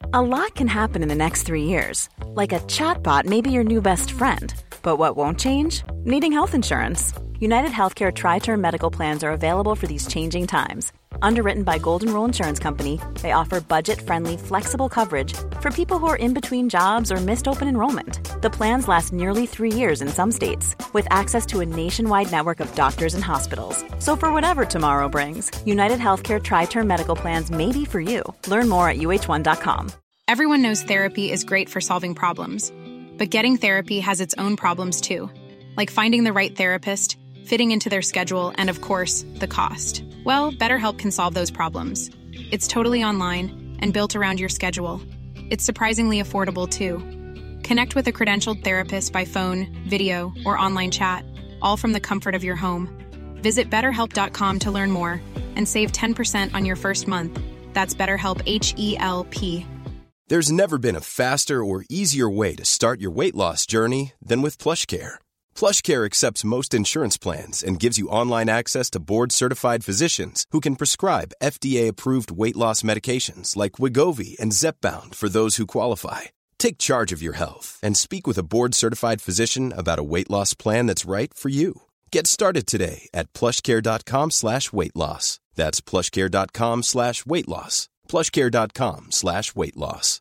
A lot can happen in the next 3 years. Like a chatbot may be your new best friend. But what won't change? Needing health insurance. United Healthcare Tri-Term Medical Plans are available for these changing times. Underwritten by Golden Rule Insurance Company, they offer budget-friendly, flexible coverage for people who are in between jobs or missed open enrollment. The plans last nearly 3 years in some states, with access to a nationwide network of doctors and hospitals. So for whatever tomorrow brings, United Healthcare Tri-Term Medical Plans may be for you. Learn more at uh1.com. Everyone knows therapy is great for solving problems. But getting therapy has its own problems too. Like finding the right therapist, fitting into their schedule, and of course, the cost. Well, BetterHelp can solve those problems. It's totally online and built around your schedule. It's surprisingly affordable too. Connect with a credentialed therapist by phone, video, or online chat, all from the comfort of your home. Visit BetterHelp.com to learn more and save 10% on your first month. That's BetterHelp, H-E-L-P. There's never been a faster or easier way to start your weight loss journey than with PlushCare. PlushCare accepts most insurance plans and gives you online access to board-certified physicians who can prescribe FDA-approved weight loss medications like Wegovy and Zepbound for those who qualify. Take charge of your health and speak with a board-certified physician about a weight loss plan that's right for you. Get started today at plushcare.com/weightloss. That's plushcare.com/weightloss. plushcare.com/weightloss.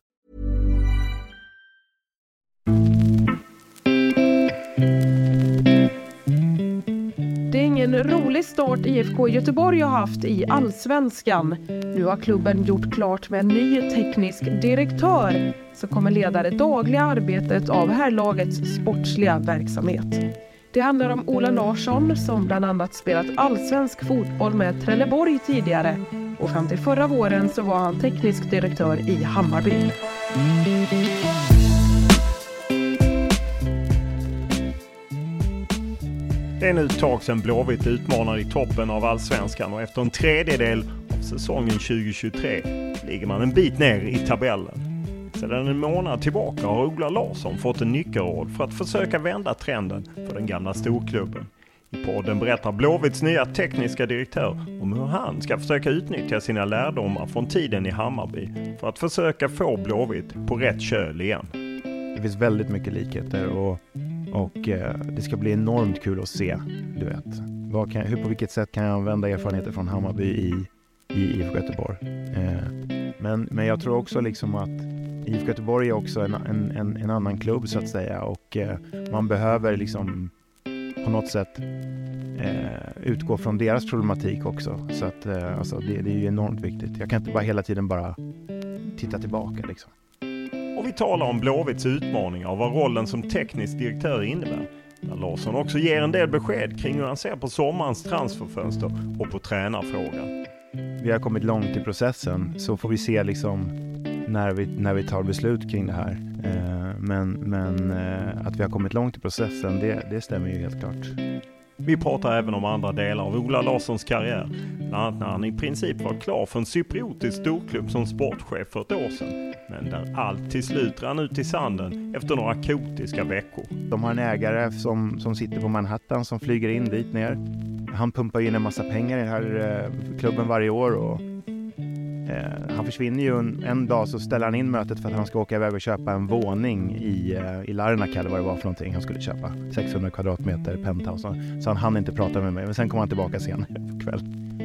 Det är ingen rolig start IFK Göteborg har haft i Allsvenskan. Nu har klubben gjort klart med en ny teknisk direktör som kommer leda det dagliga arbetet av herrlagets sportsliga verksamhet. Det handlar om Ola Larsson som bland annat spelat allsvensk fotboll med Trelleborg tidigare. Och fram till förra våren så var han teknisk direktör i Hammarby. Det är nu ett tag sedan Blåvitt utmanade i toppen av Allsvenskan och efter en tredjedel av säsongen 2023 ligger man en bit ner i tabellen. Sedan en månad tillbaka har Ola Larsson fått en nyckelroll för att försöka vända trenden för den gamla storklubben. I podden berättar Blåvitts nya tekniska direktör om hur han ska försöka utnyttja sina lärdomar från tiden i Hammarby för att försöka få Blåvitt på rätt köl igen. Det finns väldigt mycket likheter och det ska bli enormt kul att se, du vet. På vilket sätt kan jag använda erfarenheter från Hammarby i IFK Göteborg? Men jag tror också liksom att IFK Göteborg är också en annan klubb så att säga och man behöver liksom på något sätt utgå från deras problematik också. Så att alltså det är ju enormt viktigt. Jag kan inte bara hela tiden bara titta tillbaka liksom. Och vi talar om Blåvitts utmaningar och vad rollen som teknisk direktör innebär. Där Larsson också ger en del besked kring hur han ser på sommarens transferfönster och på tränarfrågan. Vi har kommit långt i processen så får vi se liksom när vi tar beslut kring det här. Men att vi har kommit långt i processen, det stämmer ju helt klart. Vi pratar även om andra delar av Ola Larssons karriär. Bland annat när han i princip var klar för en cypriotisk storklubb som sportchef för ett år sedan. Men där allt till slut rann ut i sanden efter några kaotiska veckor. De har en ägare som sitter på Manhattan som flyger in dit ner. Han pumpar in en massa pengar i den här klubben varje år och han försvinner ju en dag så ställer han in mötet för att han ska åka iväg och köpa en våning i Larnaca eller vad det var för någonting han skulle köpa. 600 kvadratmeter penthouse. Så han hann inte prata med mig. Men sen kom han tillbaka senare på kväll.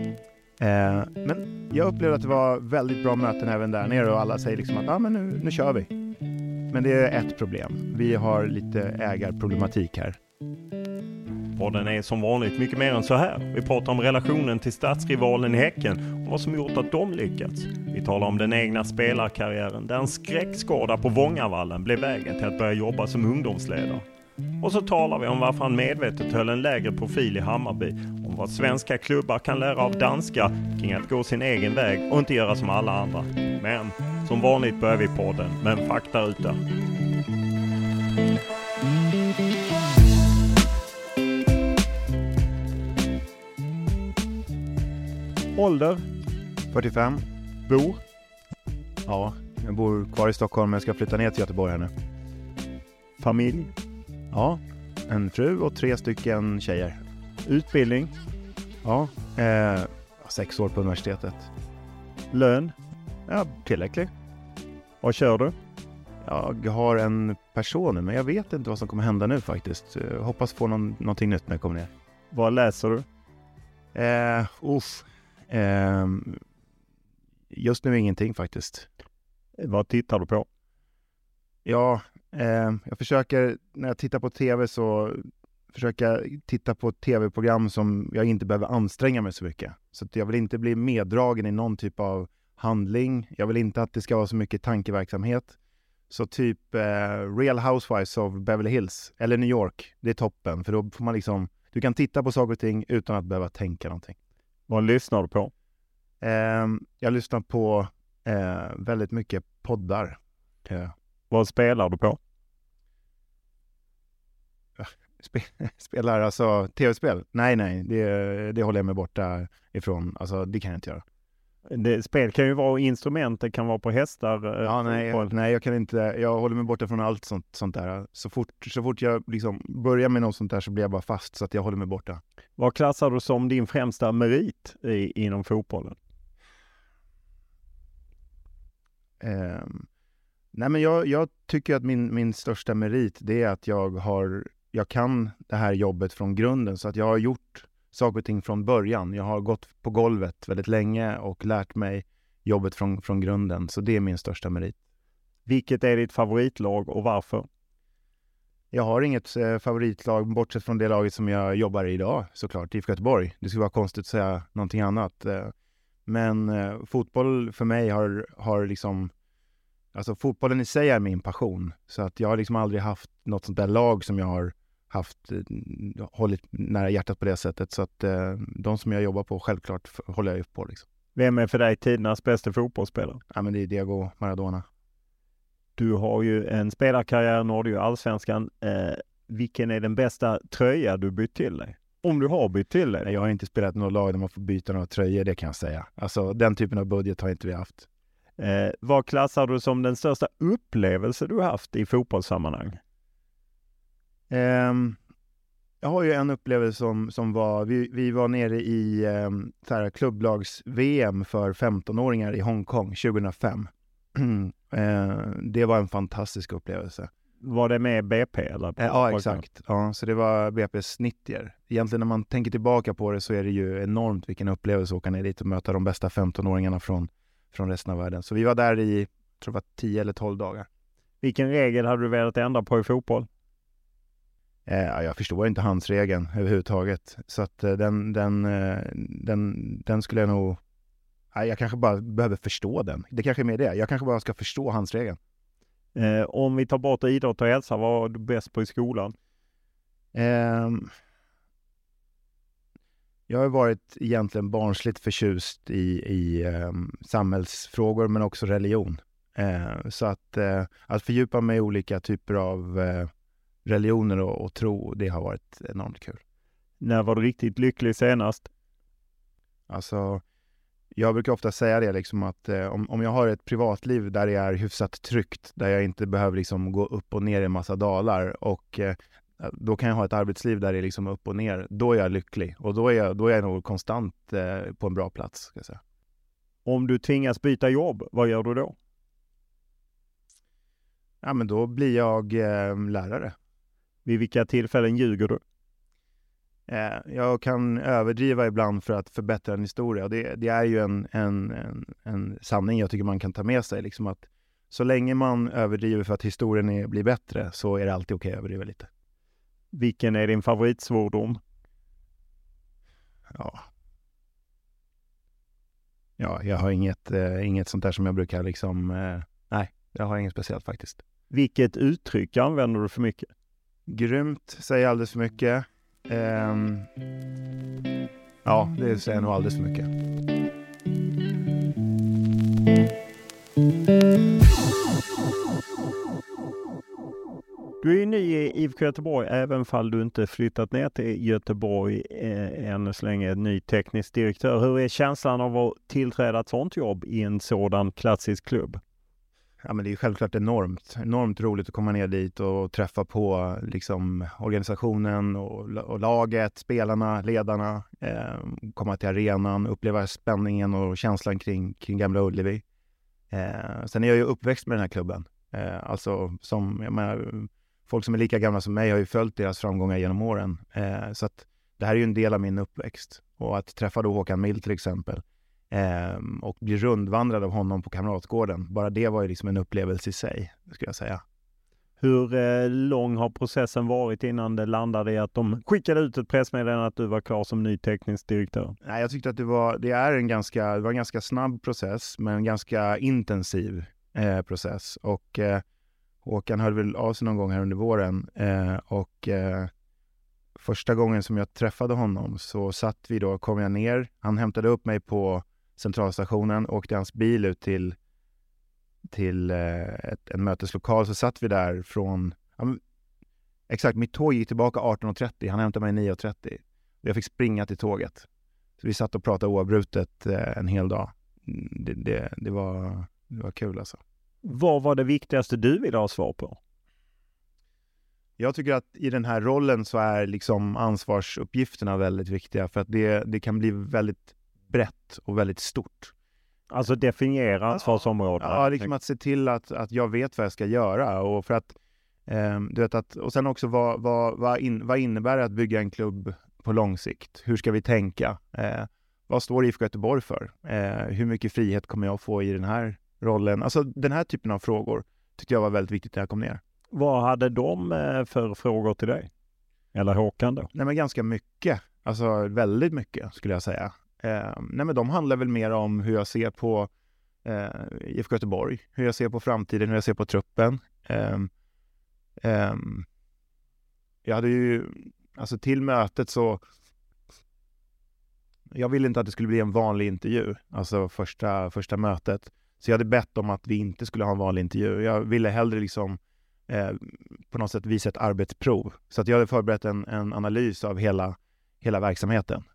Men jag upplevde att det var väldigt bra möten även där nere och alla säger liksom att men nu kör vi. Men det är ett problem. Vi har lite ägarproblematik här. Podden är som vanligt mycket mer än så här. Vi pratar om relationen till stadsrivalen i Häcken och vad som gjort att de lyckats. Vi talar om den egna spelarkarriären där en skräckskada på Vångavallen blev vägen till att börja jobba som ungdomsledare. Och så talar vi om varför han medvetet höll en lägre profil i Hammarby, om vad svenska klubbar kan lära av danska kring att gå sin egen väg och inte göra som alla andra. Men som vanligt börjar vi podden med en faktaruta. Ålder? 45. Bor? Ja, jag bor kvar i Stockholm men jag ska flytta ner till Göteborg här nu. Familj? Ja, en fru och 3 stycken tjejer. Utbildning? Ja, 6 år på universitetet. Lön? Ja, tillräckligt. Vad kör du? Jag har en person nu, men jag vet inte vad som kommer hända nu faktiskt. Jag hoppas få någonting nytt när jag kommer ner. Vad läser du? Just nu ingenting faktiskt. Vad tittar du på? Ja, jag försöker, när jag tittar på tv så försöker jag titta på tv-program som jag inte behöver anstränga mig så mycket. Så att jag vill inte bli meddragen i någon typ av handling. Jag vill inte att det ska vara så mycket tankeverksamhet. Så typ Real Housewives of Beverly Hills eller New York, det är toppen. För då får man liksom, du kan titta på saker och ting utan att behöva tänka någonting. Vad lyssnar du på? Jag lyssnar på väldigt mycket poddar. Vad spelar du på? Spelar alltså tv-spel? Nej, det håller jag mig borta ifrån. Alltså det kan jag inte göra. Spel kan ju vara instrument, det kan vara på hästar. Ja, nej, jag kan inte. Jag håller mig borta från allt sånt där. Så fort jag liksom börjar med något sånt där så blir jag bara fast, så att jag håller mig borta. Vad klassar du som din främsta merit inom fotbollen? Nej, men jag tycker att min största merit, det är att jag kan det här jobbet från grunden, så att jag har gjort saker och ting från början. Jag har gått på golvet väldigt länge och lärt mig jobbet från grunden. Så det är min största merit. Vilket är ditt favoritlag och varför? Jag har inget favoritlag bortsett från det laget som jag jobbar i idag, såklart, IFK Göteborg. Det skulle vara konstigt att säga någonting annat. Men fotboll för mig har liksom... Alltså fotbollen i sig är min passion. Så att jag har liksom aldrig haft något sånt där lag som jag har hållit nära hjärtat på det sättet. Så att de som jag jobbar på, självklart håller jag upp på liksom. Vem är för dig tidernas bästa fotbollsspelare? Ja, men det är Diego Maradona. Du har ju en spelarkarriär, nu har du ju Allsvenskan. Vilken är den bästa tröja du bytt till dig? Om du har bytt till dig? Jag har inte spelat något lag där man får byta några tröjor, det kan jag säga. Alltså den typen av budget har inte vi haft. Vad klassar du som den största upplevelse du haft i fotbollssammanhang? Jag har ju en upplevelse som var, vi var nere i klubblags-VM för 15-åringar i Hongkong 2005. Det var en fantastisk upplevelse. Var det med BP? Eller? Ja, exakt. Ja, så det var BP's 90. Egentligen när man tänker tillbaka på det så är det ju enormt vilken upplevelse att åka ner dit och möta de bästa 15-åringarna från resten av världen. Så vi var där i, tror det var 10 eller 12 dagar. Vilken regel hade du velat ändra på i fotboll? Jag förstår inte handsregeln överhuvudtaget. Så att den skulle jag nog... Jag kanske bara behöver förstå den. Det kanske är med det. Jag kanske bara ska förstå handsregeln. Om vi tar bort idrott och hälsa, vad var du bäst på i skolan? Jag har varit egentligen barnsligt förtjust i samhällsfrågor, men också religion. Så att fördjupa mig i olika typer av religioner och tro, det har varit enormt kul. När var du riktigt lycklig senast? Alltså, jag brukar ofta säga det liksom att om jag har ett privatliv där det är hyfsat tryggt, där jag inte behöver liksom gå upp och ner i en massa dalar, och då kan jag ha ett arbetsliv där det är liksom upp och ner, då är jag lycklig. Och då är jag nog konstant på en bra plats, ska jag säga. Om du tvingas byta jobb, vad gör du då? Ja, men då blir jag lärare. Vid vilka tillfällen ljuger du? Jag kan överdriva ibland för att förbättra en historia. Och det är ju en sanning jag tycker man kan ta med sig. Liksom att så länge man överdriver för att historien blir bättre, så är det alltid okej att överdriva lite. Vilken är din favoritsvordom? Ja, jag har inget sånt där som jag brukar liksom... nej, jag har inget speciellt faktiskt. Vilket uttryck använder du för mycket? Grymt säger alldeles för mycket. Ja, det säger nog alldeles för mycket. Du är ju ny i IFK Göteborg, även fall du inte flyttat ner till Göteborg än så länge, ny teknisk direktör. Hur är känslan av att tillträda ett sånt jobb i en sådan klassisk klubb? Ja, men det är självklart enormt roligt att komma ner dit och träffa på liksom organisationen och laget, spelarna, ledarna, komma till arenan, uppleva spänningen och känslan kring Gamla Ullevi. Sen är jag ju uppväxt med den här klubben. Alltså som, jag menar, folk som är lika gamla som mig har ju följt deras framgångar genom åren. Så att det här är ju en del av min uppväxt. Och att träffa då Håkan Mild till exempel och bli rundvandrad av honom på Kamratgården. Bara det var ju liksom en upplevelse i sig, skulle jag säga. Hur lång har processen varit innan det landade i att de skickade ut ett pressmeddelande att du var klar som ny teknisk direktör? Nej, jag tyckte att det var en ganska snabb process, men en ganska intensiv process. Och Håkan hörde väl av sig någon gång här under våren. Första gången som jag träffade honom så kom jag ner. Han hämtade upp mig på centralstationen och åkte hans bil ut till en möteslokal. Så satt vi där från... Exakt, mitt tåg gick tillbaka 18.30. Han hämtade mig 9.30. Jag fick springa till tåget. Så vi satt och pratade oavbrutet en hel dag. Det var kul alltså. Vad var det viktigaste du ville ha svar på? Jag tycker att i den här rollen så är liksom ansvarsuppgifterna väldigt viktiga. För att det kan bli väldigt brett och väldigt stort. Alltså definiera ansvarsområden. Ja, liksom att se till att jag vet vad jag ska göra. Och för att, du vet och sen också vad innebär det att bygga en klubb på lång sikt? Hur ska vi tänka? Vad står IFK Göteborg för? Hur mycket frihet kommer jag få i den här rollen? Alltså den här typen av frågor tyckte jag var väldigt viktigt när jag kom ner. Vad hade de för frågor till dig? Eller Håkan då? Nej, men ganska mycket. Alltså väldigt mycket skulle jag säga. Nej, men de handlar väl mer om hur jag ser på IFK Göteborg. Hur jag ser på framtiden, hur jag ser på truppen. Jag hade ju, alltså till mötet så... Jag ville inte att det skulle bli en vanlig intervju. Alltså första mötet. Så jag hade bett om att vi inte skulle ha en vanlig intervju. Jag ville hellre liksom på något sätt visa ett arbetsprov. Så att jag hade förberett en analys av hela verksamheten.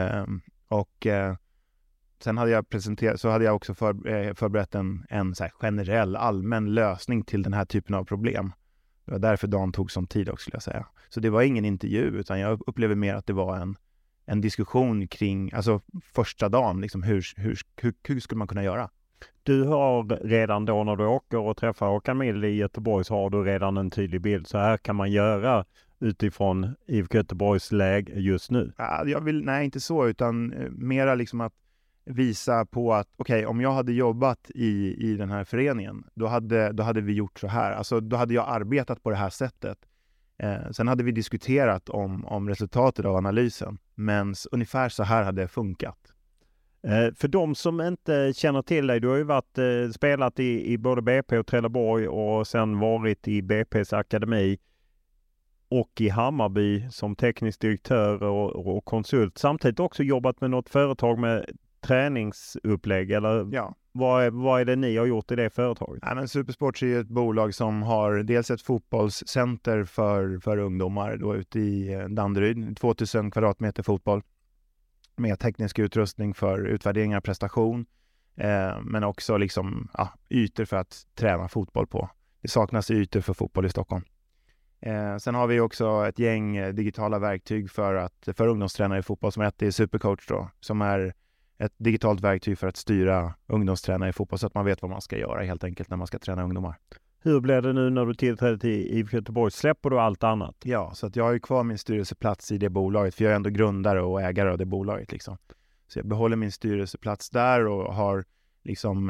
Sen hade jag också förberett en så här generell allmän lösning till den här typen av problem. Det var därför dagen tog som tid också, skulle jag säga. Så det var ingen intervju, utan jag upplever mer att det var en diskussion kring alltså första dagen, liksom hur skulle man kunna göra? Du har redan då när du åker och träffar Håkan Mild i Göteborg så har du redan en tydlig bild. Så här kan man göra utifrån IFK Göteborgs läge just nu. Nej, inte så, utan mera liksom att visa på att okej, om jag hade jobbat i den här föreningen, då hade vi gjort så här. Alltså då hade jag arbetat på det här sättet. Sen hade vi diskuterat om resultatet av analysen. Men ungefär så här hade det funkat. För de som inte känner till dig, du har ju spelat i både BP och Trelleborg och sen varit i BP's akademi och i Hammarby som teknisk direktör och konsult. Samtidigt också jobbat med något företag med träningsupplägg, eller ja. Vad är det ni har gjort i det företaget? Ja, men Supersports är ju ett bolag som har dels ett fotbollscenter för ungdomar då ute i Danderyd, 2000 kvadratmeter fotboll med teknisk utrustning för utvärdering av prestation, men också liksom, ytor för att träna fotboll på. Det saknas ytor för fotboll i Stockholm. Sen har vi också ett gäng digitala verktyg för ungdomstränare i fotboll, som är Supercoach då, som är ett digitalt verktyg för att styra ungdomstränare i fotboll så att man vet vad man ska göra helt enkelt när man ska träna ungdomar. Hur blev det nu när du tillträdde till IFK Göteborg? Släpper du allt annat? Ja, så att jag har ju kvar min styrelseplats i det bolaget, för jag är ändå grundare och ägare av det bolaget liksom. Så jag behåller min styrelseplats där och har liksom,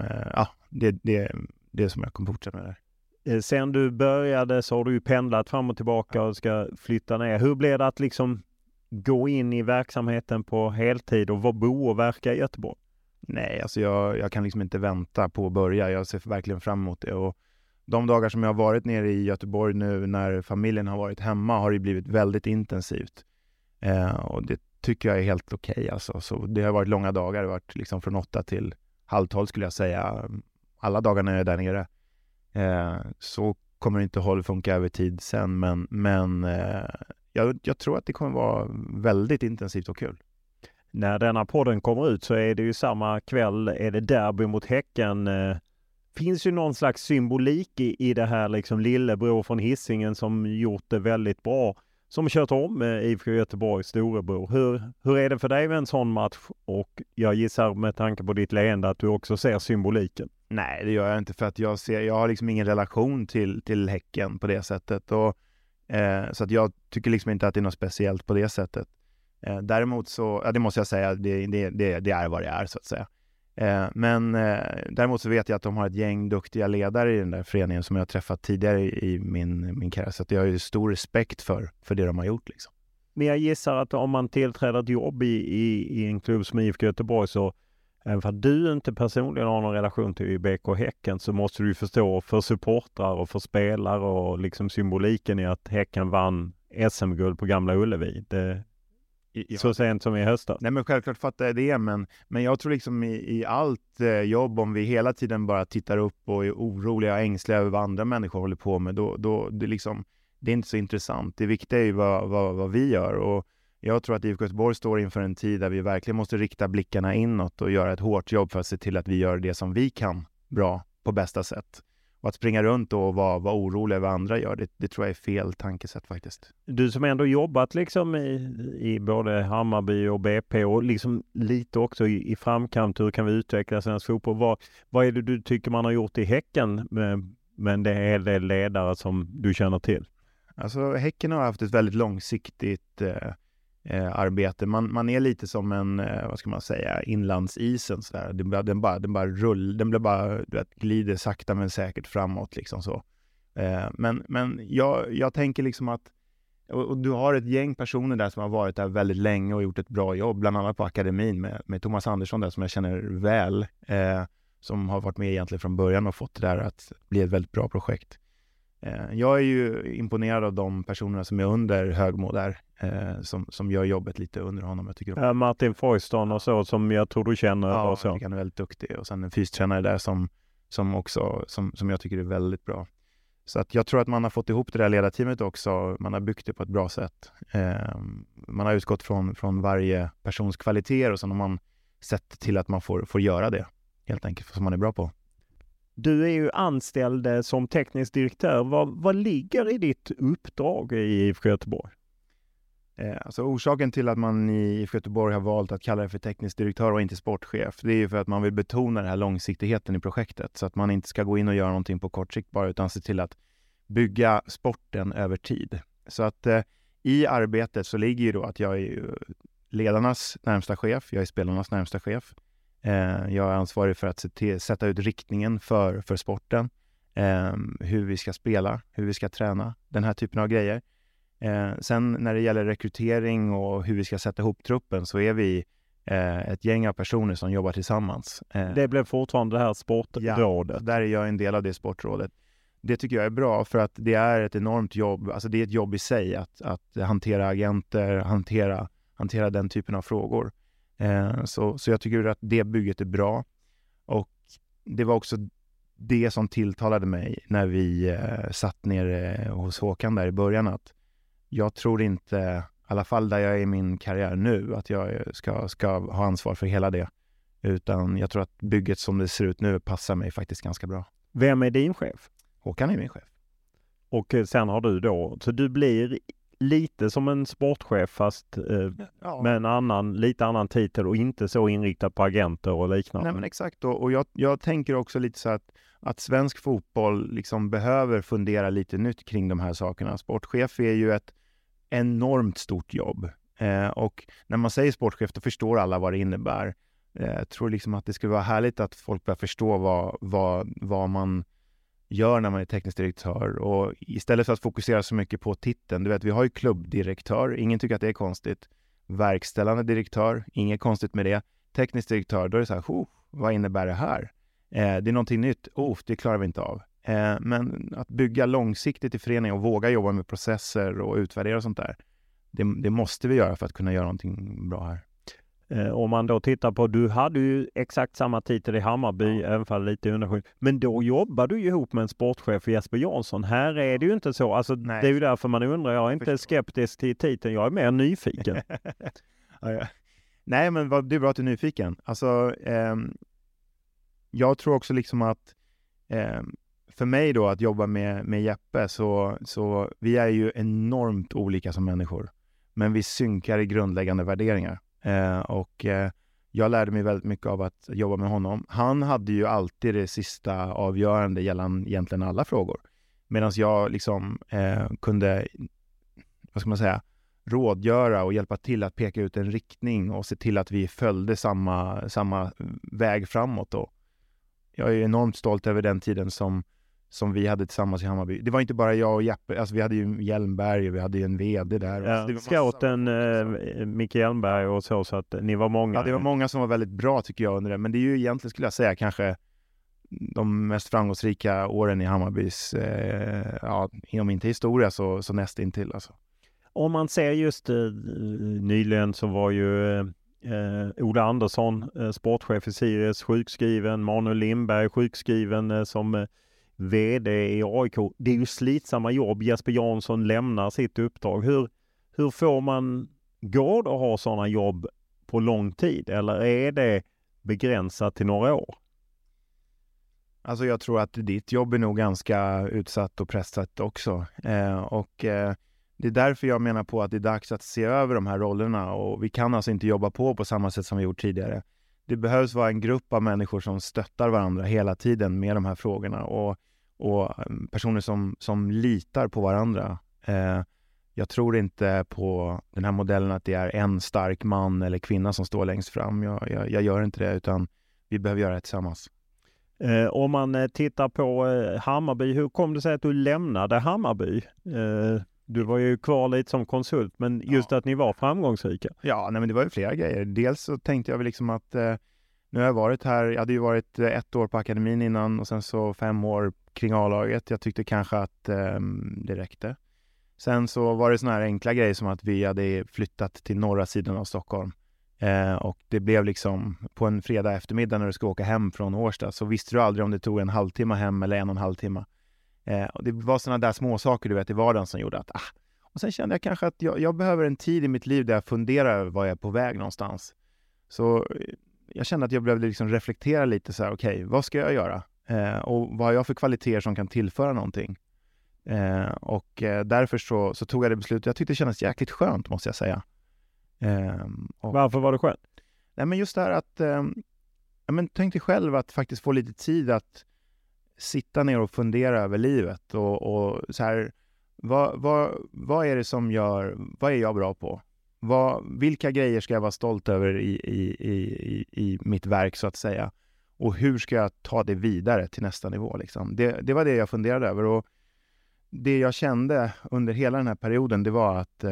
det som jag kommer fortsätta med där. Sen du började så har du ju pendlat fram och tillbaka och ska flytta ner. Hur blev det att liksom gå in i verksamheten på heltid och bo och verka i Göteborg? Nej, alltså jag kan liksom inte vänta på att börja. Jag ser verkligen fram emot det. Och de dagar som jag har varit nere i Göteborg nu när familjen har varit hemma har det blivit väldigt intensivt. Och det tycker jag är helt okej. Alltså. Så det har varit långa dagar. Det har varit liksom från 8 till 12:30 skulle jag säga. Alla dagar när jag är där nere. Så kommer det inte funka över tid sen. Men jag tror att det kommer vara väldigt intensivt och kul. När denna podden kommer ut så är det ju samma kväll, är det derby mot Häcken. Finns ju någon slags symbolik i det här liksom lillebror från Hisingen som gjort det väldigt bra, som kört om med IFK Göteborgs storebror. Hur är det för dig med en sån match? Och jag gissar med tanke på ditt leende att du också ser symboliken. Nej, det gör jag inte, för att jag har liksom ingen relation till Häcken på det sättet. Och, så att jag tycker liksom inte att det är något speciellt på det sättet. Däremot så, det måste jag säga, det är vad det är så att säga. Men däremot så vet jag att de har ett gäng duktiga ledare i den där föreningen som jag har träffat tidigare i min karriär. Så att jag har ju stor respekt för det de har gjort liksom. Men jag gissar att om man tillträder ett jobb i en klubb som IFK Göteborg, så även för att du inte personligen har någon relation till BK Häcken, så måste du förstå för supportrar och för spelare och liksom symboliken i att Häcken vann SM-guld på Gamla Ullevi. Så sent som i höstas. Nej, men självklart fattar jag det, men jag tror liksom i allt jobb, om vi hela tiden bara tittar upp och är oroliga och ängsliga över vad andra människor håller på med, då det är inte så intressant. Det viktiga är ju vad vi gör, och jag tror att IFK Göteborg står inför en tid där vi verkligen måste rikta blickarna inåt och göra ett hårt jobb för att se till att vi gör det som vi kan bra på bästa sätt. Och att springa runt och vara orolig över vad andra gör, det tror jag är fel tankesätt faktiskt. Du som ändå jobbat liksom i både Hammarby och BP och liksom lite också i framkant, hur kan vi utveckla svensk fotboll? Vad är det du tycker man har gjort i Häcken med det ledare som du känner till? Alltså Häcken har haft ett väldigt långsiktigt arbete. Man är lite som en, vad ska man säga, inlandsisen så där. Den glider sakta men säkert framåt liksom så. Men jag tänker liksom att, och du har ett gäng personer där som har varit där väldigt länge och gjort ett bra jobb, bland annat på akademin med Thomas Andersson där som jag känner väl, som har varit med egentligen från början och fått det där att bli ett väldigt bra projekt. Jag är ju imponerad av de personerna som är under Högmo där, som gör jobbet lite under honom. Jag tycker Martin Foyston och så, som jag tror du känner. Ja, och så. Jag tycker han är väldigt duktig. Och sen en fystränare där som jag tycker är väldigt bra. Så att jag tror att man har fått ihop det där ledarteamet också. Man har byggt det på ett bra sätt. Man har utgått från varje persons kvaliteter, och sen har man sett till att man får göra det helt enkelt som man är bra på. Du är ju anställd som teknisk direktör. Vad ligger i ditt uppdrag i IFK Göteborg? Alltså orsaken till att man i IFK Göteborg har valt att kalla det för teknisk direktör och inte sportchef, det är ju för att man vill betona den här långsiktigheten i projektet. Så att man inte ska gå in och göra någonting på kort sikt bara, utan se till att bygga sporten över tid. Så att i arbetet så ligger ju då att jag är ledarnas närmsta chef, jag är spelarnas närmsta chef. Jag är ansvarig för att sätta ut riktningen för sporten, hur vi ska spela, hur vi ska träna, den här typen av grejer. Sen när det gäller rekrytering och hur vi ska sätta ihop truppen, så är vi ett gäng av personer som jobbar tillsammans. Det blev fortfarande det här sportrådet. Ja, där är jag en del av det sportrådet. Det tycker jag är bra, för att det är ett enormt jobb. Alltså det är ett jobb i sig att hantera agenter, hantera den typen av frågor. Så jag tycker att det bygget är bra, och det var också det som tilltalade mig när vi satt ner hos Håkan där i början, att jag tror inte, i alla fall där jag är i min karriär nu, att jag ska ha ansvar för hela det, utan jag tror att bygget som det ser ut nu passar mig faktiskt ganska bra. Vem är din chef? Håkan är min chef. Och sen har du då, så du blir lite som en sportchef fast med en lite annan titel och inte så inriktad på agenter och liknande. Nej, men exakt. Och jag tänker också lite så att svensk fotboll liksom behöver fundera lite nytt kring de här sakerna. Sportchef är ju ett enormt stort jobb. Och när man säger sportchef, då förstår alla vad det innebär. Jag tror liksom att det skulle vara härligt att folk börjar förstå vad man gör när man är teknisk direktör, och istället för att fokusera så mycket på titeln, du vet, vi har ju klubbdirektör, ingen tycker att det är konstigt, verkställande direktör, inget konstigt med det, teknisk direktör, då är det så här, vad innebär det här? Det är någonting nytt, det klarar vi inte av. Men att bygga långsiktigt i föreningen och våga jobba med processer och utvärdera och sånt där, det måste vi göra för att kunna göra någonting bra här. Om man då tittar på, du hade ju exakt samma titel i Hammarby, även fall lite underskydd. Men då jobbar du ju ihop med en sportchef, Jesper Jansson. Här är det ju inte så. Alltså, det är ju därför man undrar. Jag är inte skeptisk till titeln, jag är mer nyfiken. Ja. Nej, men det är bra att du är nyfiken. Alltså, jag tror också liksom att för mig då att jobba med Jeppe så vi är ju enormt olika som människor. Men vi synkar i grundläggande värderingar. Jag lärde mig väldigt mycket av att jobba med honom. Han hade ju alltid det sista avgörande gällande egentligen alla frågor. Medan jag liksom kunde, vad ska man säga, rådgöra och hjälpa till att peka ut en riktning och se till att vi följde samma väg framåt. Och jag är enormt stolt över den tiden som vi hade tillsammans i Hammarby. Det var inte bara jag och Jeppe, alltså vi hade ju Hjelmberg och vi hade ju en vd där. Ja, scouten Micke Hjelmberg och så att ni var många. Ja, det var många som var väldigt bra tycker jag under det. Men det är ju egentligen, skulle jag säga, kanske de mest framgångsrika åren i Hammarbys, om inte historia så nästintill alltså. Om man ser just nyligen så var ju Ola Andersson, sportchef i Sirius, sjukskriven, Manuel Lindberg sjukskriven som vd i AIK. Det är ju slitsamma jobb. Jesper Jansson lämnar sitt uppdrag. Hur får man gå att ha sådana jobb på lång tid? Eller är det begränsat till några år? Alltså jag tror att ditt jobb är nog ganska utsatt och pressat också. Det är därför jag menar på att det är dags att se över de här rollerna. Och vi kan alltså inte jobba på samma sätt som vi gjort tidigare. Det behövs vara en grupp av människor som stöttar varandra hela tiden med de här frågorna. Och personer som litar på varandra. Jag tror inte på den här modellen att det är en stark man eller kvinna som står längst fram. Jag gör inte det, utan vi behöver göra det tillsammans. Om man tittar på Hammarby, hur kom det sig att du lämnade Hammarby? Du var ju kvar lite som konsult, men just att ni var framgångsrika. Ja, nej, men det var ju flera grejer. Dels så tänkte jag väl liksom att nu har jag varit här, jag hade ju varit 1 år på akademin innan och sen så 5 år kring A-laget. Jag tyckte kanske att det räckte. Sen så var det såna här enkla grejer som att vi hade flyttat till norra sidan av Stockholm. Och det blev liksom på en fredag eftermiddag när du ska åka hem från Årsta så visste du aldrig om det tog en halvtimme hem eller 1,5 timme. Och det var sådana där små saker du vet i vardagen som gjorde att och sen kände jag kanske att jag behöver en tid i mitt liv där jag funderar över var jag är på väg någonstans. Så jag kände att jag behövde liksom reflektera lite så här, okej, vad ska jag göra? Och vad har jag för kvaliteter som kan tillföra någonting? Och därför så tog jag det beslutet. Jag tyckte det kändes jäkligt skönt, måste jag säga. Varför var det skönt? Nej, men just det här att tänk dig själv att faktiskt få lite tid att sitta ner och fundera över livet och så här, vad är det som gör, vad är jag bra på? Vilka grejer ska jag vara stolt över i mitt verk så att säga? Och hur ska jag ta det vidare till nästa nivå liksom? Det var det jag funderade över, och det jag kände under hela den här perioden, det var att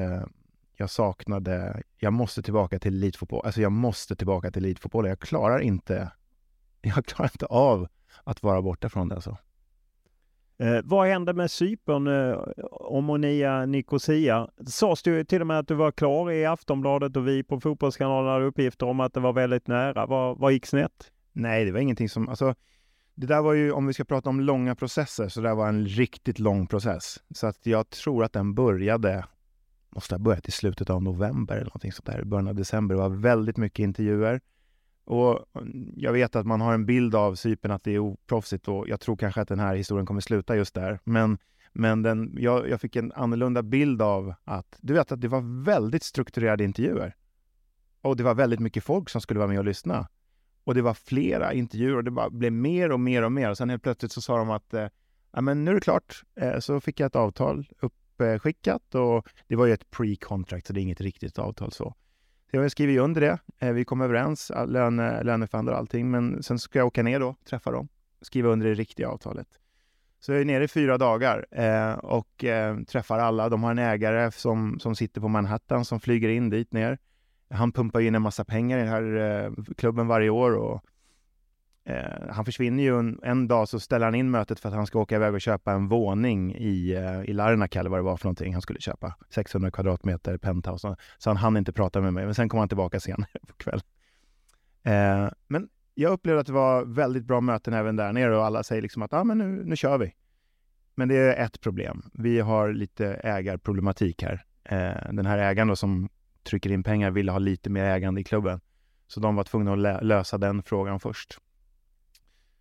jag måste tillbaka till elitfotboll. Alltså jag måste tillbaka till elitfotboll. Jag klarar inte av att vara borta från det alltså. Vad hände med Cypern, Omonia Nicosia? Sades du till och med att du var klar i Aftonbladet och vi på Fotbollskanalen hade uppgifter om att det var väldigt nära. Vad gick snett? Nej, det var ingenting som... Alltså, det där var ju, om vi ska prata om långa processer, så det var en riktigt lång process. Så att jag tror att den måste ha börjat i slutet av november eller någonting sånt där. I början av december. Det var väldigt mycket intervjuer. Och jag vet att man har en bild av Cypern att det är oproffsigt, och jag tror kanske att den här historien kommer sluta just där. Men jag fick en annorlunda bild av att, du vet, att det var väldigt strukturerade intervjuer. Och det var väldigt mycket folk som skulle vara med och lyssna. Och det var flera intervjuer och det bara blev mer och mer och mer. Och sen helt plötsligt så sa de att men nu är det klart. Så fick jag ett avtal uppskickat, och det var ju ett pre-contract så det är inget riktigt avtal så. Jag skriver ju under det. Vi kom överens, löneförhandlar och allting. Men sen ska jag åka ner då, träffa dem. Skriva under det riktiga avtalet. Så jag är nere i 4 dagar och träffar alla. De har en ägare som sitter på Manhattan som flyger in dit ner. Han pumpar in en massa pengar i den här klubben varje år. Och han försvinner ju en dag, så ställer han in mötet för att han ska åka iväg och köpa en våning i Larnaca eller vad det var för någonting han skulle köpa. 600 kvadratmeter penthouse. Så han hann inte prata med mig, men sen kom han tillbaka senare på kväll. Men jag upplevde att det var väldigt bra möten även där nere, och alla säger liksom att men nu kör vi. Men det är ett problem. Vi har lite ägarproblematik här. Den här ägaren då, som trycker in pengar, ville ha lite mer ägande i klubben. Så de var tvungna att lösa den frågan först.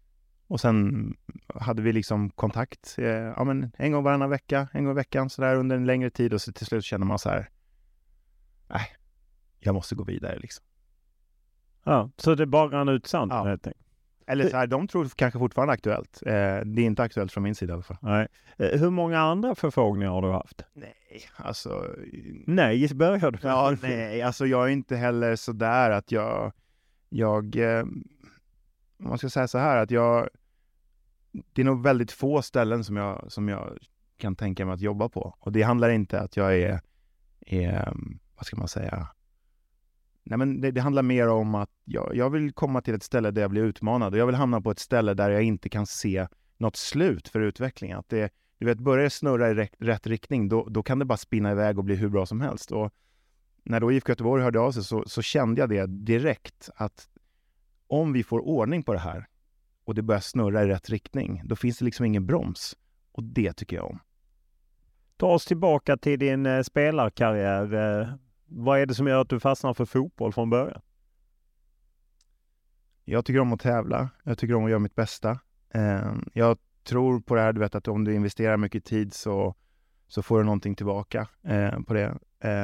Och sen hade vi liksom kontakt en gång varannan vecka, en gång i veckan så där under en längre tid. Och så till slut känner man så här, nej, jag måste gå vidare liksom. Ja, så det bara rann ut sant. Ja. Eller så här, de tror kanske fortfarande aktuellt. Det är inte aktuellt från min sida i alla fall. Nej. Hur många andra förfrågningar har du haft? Nej, alltså... Nej, började du? Ja, nej, alltså jag är inte heller så där att man ska säga så här att det är nog väldigt få ställen som jag kan tänka mig att jobba på. Och det handlar inte att jag är vad ska man säga? Nej, men det handlar mer om att jag vill komma till ett ställe där jag blir utmanad. Och jag vill hamna på ett ställe där jag inte kan se något slut för utvecklingen. Att börjar snurra i rätt riktning, då kan det bara spinna iväg och bli hur bra som helst. Och när då IFK Göteborg hörde av sig så kände jag det direkt att om vi får ordning på det här och det börjar snurra i rätt riktning, då finns det liksom ingen broms. Och det tycker jag om. Ta oss tillbaka till din spelarkarriär. Vad är det som gör att du fastnar för fotboll från början? Jag tycker om att tävla. Jag tycker om att göra mitt bästa. Jag tror på det här, du vet att om du investerar mycket tid så får du någonting tillbaka på det.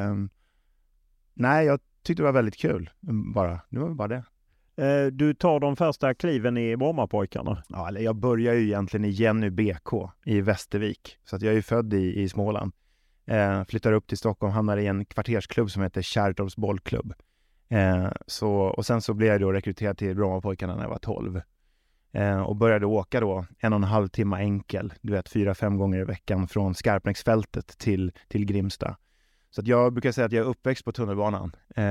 Nej, jag tyckte det var väldigt kul. Det var bara det. Du tar de första kliven i Brommapojkarna. Ja, jag börjar ju egentligen i Jenny BK i Västervik. Så att jag är ju född i Småland. Flyttar upp till Stockholm, hamnar i en kvartersklubb som heter Kärrtorps bollklubb. Och sen så blev jag då rekryterad till Brommapojkarna när jag var 12. Och började åka då 1,5 timme enkel, 4-5 gånger i veckan från Skarpnäcksfältet till Grimsta. Så att jag brukar säga att jag är uppväxt på tunnelbanan.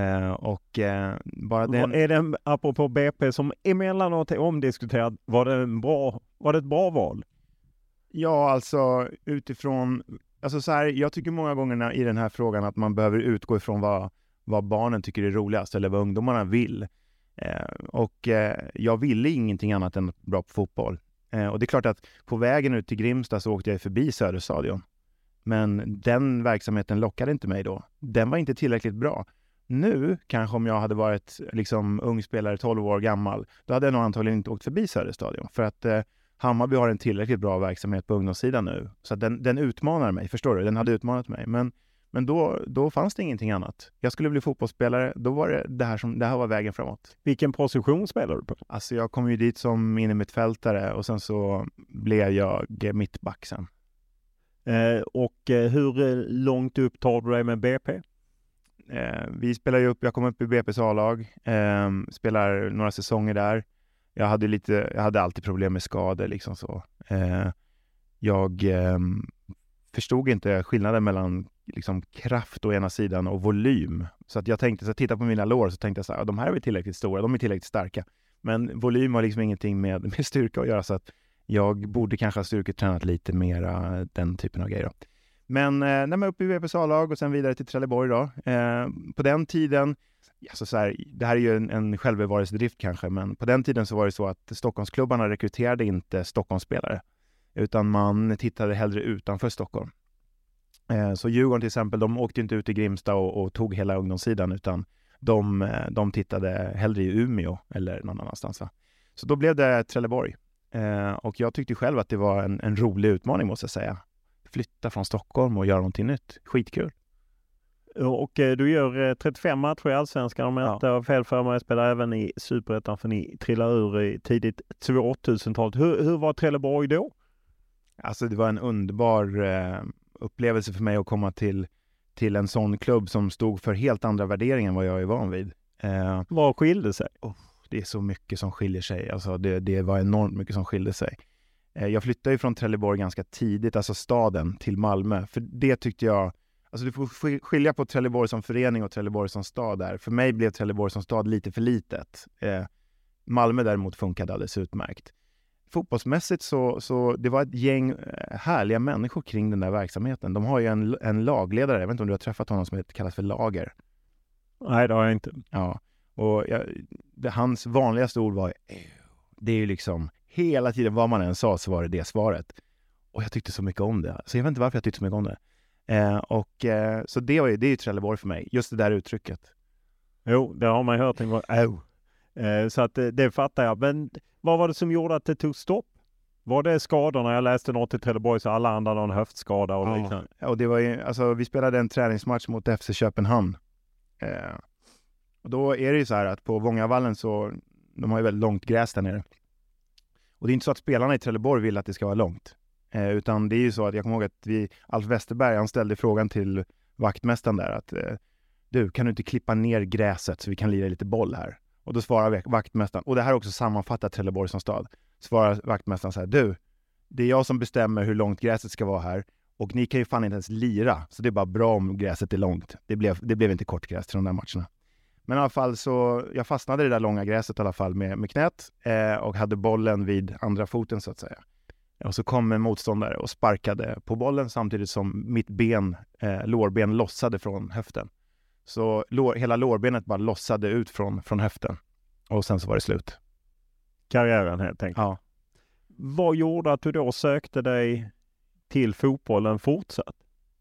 Är det, apropå BP som emellanåt är omdiskuterat, var det ett bra val? Ja, alltså utifrån... Alltså så här, jag tycker många gånger i den här frågan att man behöver utgå ifrån vad barnen tycker är roligast eller vad ungdomarna vill. Jag ville ingenting annat än bra på fotboll. Och det är klart att på vägen ut till Grimsta så åkte jag förbi Söderstadion. Men den verksamheten lockade inte mig då. Den var inte tillräckligt bra. Nu, kanske om jag hade varit liksom ung spelare 12 år gammal, då hade jag nog antagligen inte åkt förbi Söderstadion. För att Hammarby har en tillräckligt bra verksamhet på ungdomssidan nu. Så att den utmanar mig, förstår du? Den hade utmanat mig. Men då fanns det ingenting annat. Jag skulle bli fotbollsspelare, då var det här var vägen framåt. Vilken position spelar du på? Alltså jag kom ju dit som innermittfältare och sen så blev jag mittback sen. Och hur långt upp tar du dig med BP? Vi spelar ju upp, jag kom upp i BP's A-lag, spelar några säsonger där. Jag hade alltid problem med skador liksom så. Jag förstod inte skillnaden mellan liksom kraft å ena sidan och volym. Så att jag tänkte, så titta på mina lår så tänkte jag så här, de här är väl tillräckligt stora, de är tillräckligt starka. Men volym har liksom ingenting med styrka att göra, så att jag borde kanske ha styrketränat lite mera den typen av grejer då. Men när man är uppe i VPS A-lag och sen vidare till Trelleborg då. På den tiden, alltså så här, det här är ju en självbevarelsedrift kanske, men på den tiden så var det så att Stockholmsklubbarna rekryterade inte Stockholmsspelare, utan man tittade hellre utanför Stockholm. Så Djurgården till exempel, de åkte inte ut i Grimsta och tog hela ungdomssidan, utan de tittade hellre i Umeå eller någon annanstans. Va? Så då blev det Trelleborg. Och jag tyckte själv att det var en rolig utmaning, måste jag säga. Flytta från Stockholm och göra någonting nytt. Skitkul. Och du gör 35 matcher i Allsvenskan, om jag inte har fel för mig. Spelar även i Superettan, för ni trillar ur i tidigt 2000-talet. Hur var Trelleborg då? Alltså det var en underbar upplevelse för mig att komma till en sån klubb som stod för helt andra värderingar än vad jag är van vid. Vad skilde sig? Det är så mycket som skiljer sig. Alltså det var enormt mycket som skilde sig. Jag flyttade ju från Trelleborg ganska tidigt, alltså staden, till Malmö. För det tyckte jag, alltså du får skilja på Trelleborg som förening och Trelleborg som stad där. För mig blev Trelleborg som stad lite för litet. Malmö däremot funkade alldeles utmärkt. Fotbollsmässigt så det var ett gäng härliga människor kring den där verksamheten. De har ju en lagledare, jag vet inte om du har träffat honom, som kallas för Lager. Nej, det har jag inte. Ja, och hans vanligaste ord var det är ju liksom hela tiden, vad man än sa så var det svaret. Och jag tyckte så mycket om det. Så jag vet inte varför jag tyckte så mycket om det. Så det är ju Trelleborg för mig. Just det där uttrycket. Jo, det har man hört en gång. Så att det fattar jag. Men vad var det som gjorde att det tog stopp? Var det skadorna? Jag läste något i Trelleborg så alla andra någon höftskada och liknande. Ja, och det var ju, alltså vi spelade en träningsmatch mot FC Köpenhamn. Och då är det ju så här att på Vångavallen så, de har ju väldigt långt gräs där nere. Och det är inte så att spelarna i Trelleborg vill att det ska vara långt. Utan det är ju så att jag kommer ihåg att Alf Westerberg, han ställde frågan till vaktmästaren där att du, kan du inte klippa ner gräset så vi kan lira lite boll här? Och då svarar vaktmästaren, och det här också sammanfattar Trelleborg som stad, svarar vaktmästaren så här: du, det är jag som bestämmer hur långt gräset ska vara här och ni kan ju fan inte ens lira, så det är bara bra om gräset är långt. Det blev inte kortgräs till de där matcherna. Men i alla fall så, jag fastnade i det där långa gräset i alla fall med knät och hade bollen vid andra foten så att säga. Och så kom en motståndare och sparkade på bollen samtidigt som mitt lårben lossade från höften. Så hela lårbenet bara lossade ut från höften. Och sen så var det slut. Karriären helt enkelt. Ja. Vad gjorde att du då sökte dig till fotbollen fortsatt?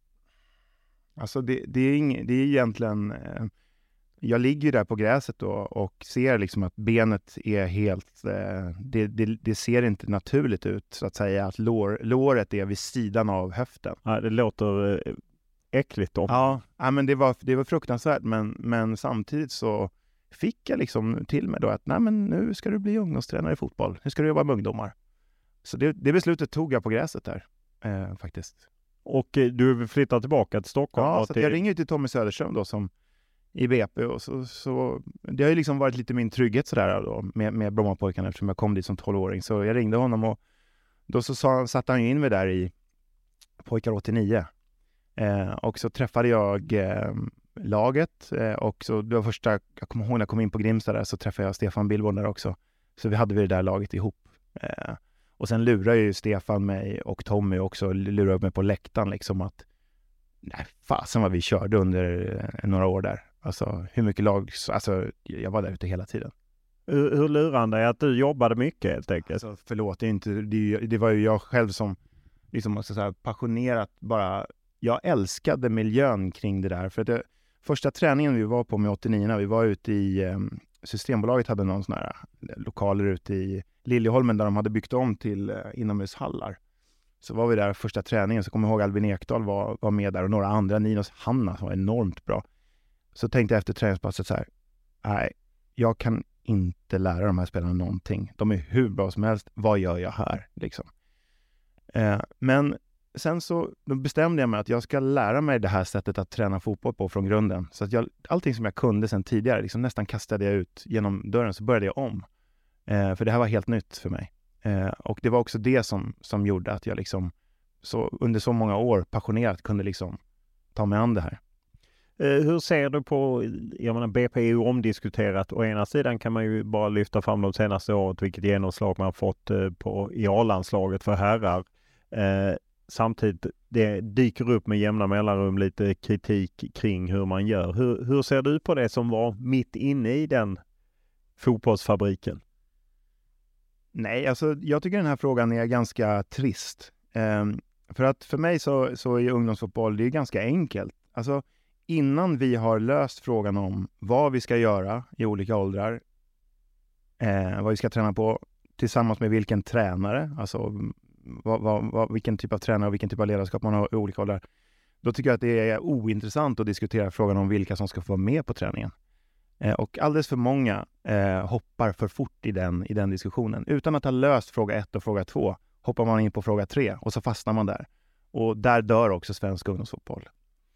Alltså det är egentligen... Jag ligger ju där på gräset då och ser liksom att benet är helt... Det ser inte naturligt ut så att säga, att låret är vid sidan av höften. Ja, det låter äckligt då. Ja, men det var fruktansvärt, men samtidigt så fick jag liksom till mig då att nej, men nu ska du bli ungdomstränare i fotboll. Nu ska du jobba med ungdomar. Så det beslutet tog jag på gräset där faktiskt. Och du flyttar tillbaka till Stockholm? Ja, så jag ringer till Tommy Söderström då som i BP och så det har ju liksom varit lite min trygghet sådär då med Brommapojkarna eftersom jag kom dit som 12-åring. Så jag ringde honom och då satte han ju in mig där i Pojkar 89. Och så träffade jag laget och så det var första, jag kommer ihåg när jag kom in på Grimsta där så träffade jag Stefan Billborn där också. Så vi hade det där laget ihop. Och sen lurade ju Stefan mig och Tommy också, lurade mig på läktaren liksom att nej, fasen vad vi körde under några år där. Alltså hur mycket lag, alltså jag var där ute hela tiden. Hur lurande är att du jobbade mycket helt enkelt? Alltså förlåt, det var ju jag själv som liksom måste säga passionerat bara. Jag älskade miljön kring det där. För att första träningen vi var på med 89, vi var ute i Systembolaget hade någon sån här lokaler ute i Liljeholmen där de hade byggt om till inomhushallar. Så var vi där första träningen, så kommer jag ihåg Albin Ekdal var med där och några andra, Ninos Hanna som var enormt bra. Så tänkte jag efter träningspasset så här: nej, jag kan inte lära de här spelarna någonting. De är hur bra som helst, vad gör jag här liksom? Men sen så då bestämde jag mig att jag ska lära mig det här sättet att träna fotboll på från grunden. Så att allting som jag kunde sen tidigare liksom nästan kastade jag ut genom dörren, så började jag om. För det här var helt nytt för mig. Och det var också det som gjorde att jag liksom under så många år passionerat kunde liksom ta mig an det här. Hur ser du på, jag menar BP är ju omdiskuterat, å ena sidan kan man ju bara lyfta fram de senaste året vilket genomslag man har fått i A-landslaget för herrar. Samtidigt det dyker upp med jämna mellanrum lite kritik kring hur man gör. Hur ser du på det som var mitt inne i den fotbollsfabriken? Nej, alltså jag tycker den här frågan är ganska trist. För att för mig så är ungdomsfotboll, det är ganska enkelt. Alltså innan vi har löst frågan om vad vi ska göra i olika åldrar, vad vi ska träna på tillsammans med vilken tränare, alltså vilken typ av tränare och vilken typ av ledarskap man har i olika åldrar, då tycker jag att det är ointressant att diskutera frågan om vilka som ska få vara med på träningen. Och alldeles för många hoppar för fort i den diskussionen. Utan att ha löst fråga 1 och fråga 2 hoppar man in på fråga 3 och så fastnar man där. Och där dör också svensk ungdomsfotboll.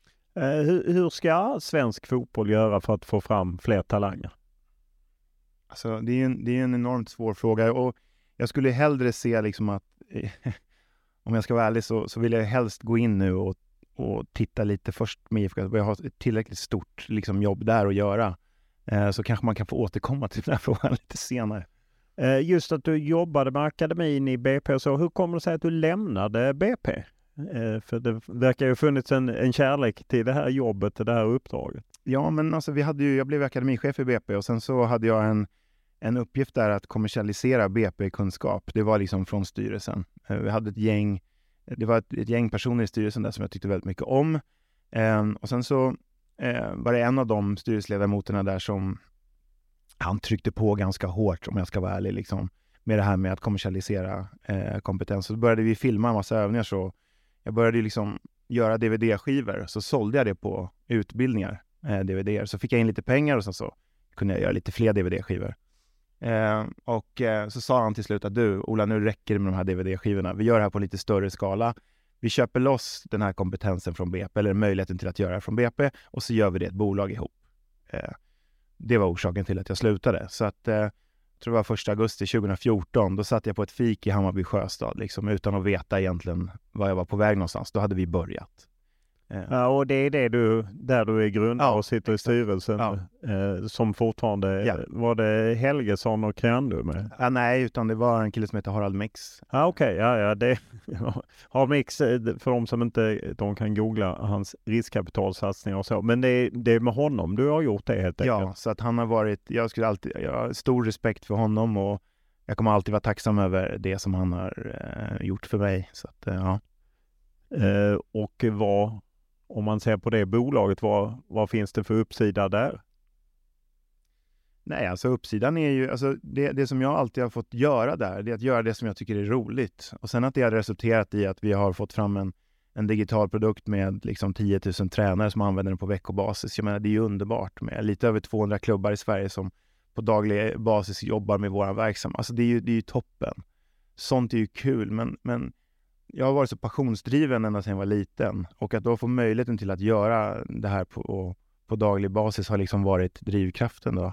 Hur ska svensk fotboll göra för att få fram fler talanger? Alltså, det är en enormt svår fråga och jag skulle hellre se liksom att om jag ska vara ärlig så vill jag helst gå in nu och titta lite först med IFK. Jag har ett tillräckligt stort liksom, jobb där att göra. Så kanske man kan få återkomma till den här frågan lite senare. Just att du jobbade med akademin i BP och så. Hur kommer det sig att du lämnade BP? För det verkar ju ha funnits en kärlek till det här jobbet, till det här uppdraget. Ja, men alltså jag blev akademichef i BP och sen så hade jag en uppgift där att kommersialisera BP-kunskap. Det var liksom från styrelsen. Vi hade det var ett gäng personer i styrelsen där som jag tyckte väldigt mycket om. Och sen så var det en av de styrelseledamoterna där som han tryckte på ganska hårt, om jag ska vara ärlig, liksom, med det här med att kommersialisera kompetens. Så började vi filma en massa övningar, så jag började liksom göra DVD-skivor, så sålde jag det på utbildningar, DVD:er. Så fick jag in lite pengar och så kunde jag göra lite fler DVD-skivor. Så sa han till slut att du, Ola, nu räcker det med de här DVD-skivorna. Vi gör det här på lite större skala. Vi köper loss den här kompetensen från BP, eller möjligheten till att göra det från BP, och så gör vi det ett bolag ihop. Det var orsaken till att jag slutade. Så att, jag tror det var 1 augusti 2014, då satt jag på ett fik i Hammarby Sjöstad, liksom, utan att veta egentligen var jag var på väg någonstans. Då hade vi börjat. Ja, och det är det där du är grundare och sitter i styrelsen som fortfarande, var det Helgesson och Krändu med? Nej, utan det var en kille som heter Harald Mix. Okej. Harald Mix, för de som inte de kan googla hans riskkapitalsatsningar och så, men det är med honom du har gjort det helt enkelt. Ja, så att han har varit, jag har stor respekt för honom, och jag kommer alltid vara tacksam över det som han har gjort för mig. Så att, och om man ser på det bolaget, vad finns det för uppsida där? Nej, alltså uppsidan är ju, alltså det som jag alltid har fått göra där, det är att göra det som jag tycker är roligt. Och sen att det har resulterat i att vi har fått fram en digital produkt med liksom 10 000 tränare som använder den på veckobasis. Jag menar, det är ju underbart med lite över 200 klubbar i Sverige som på daglig basis jobbar med våran verksamhet. Alltså det är ju toppen. Sånt är ju kul, men jag har varit så passionsdriven ända sedan jag var liten, och att då få möjligheten till att göra det här på daglig basis har liksom varit drivkraften då.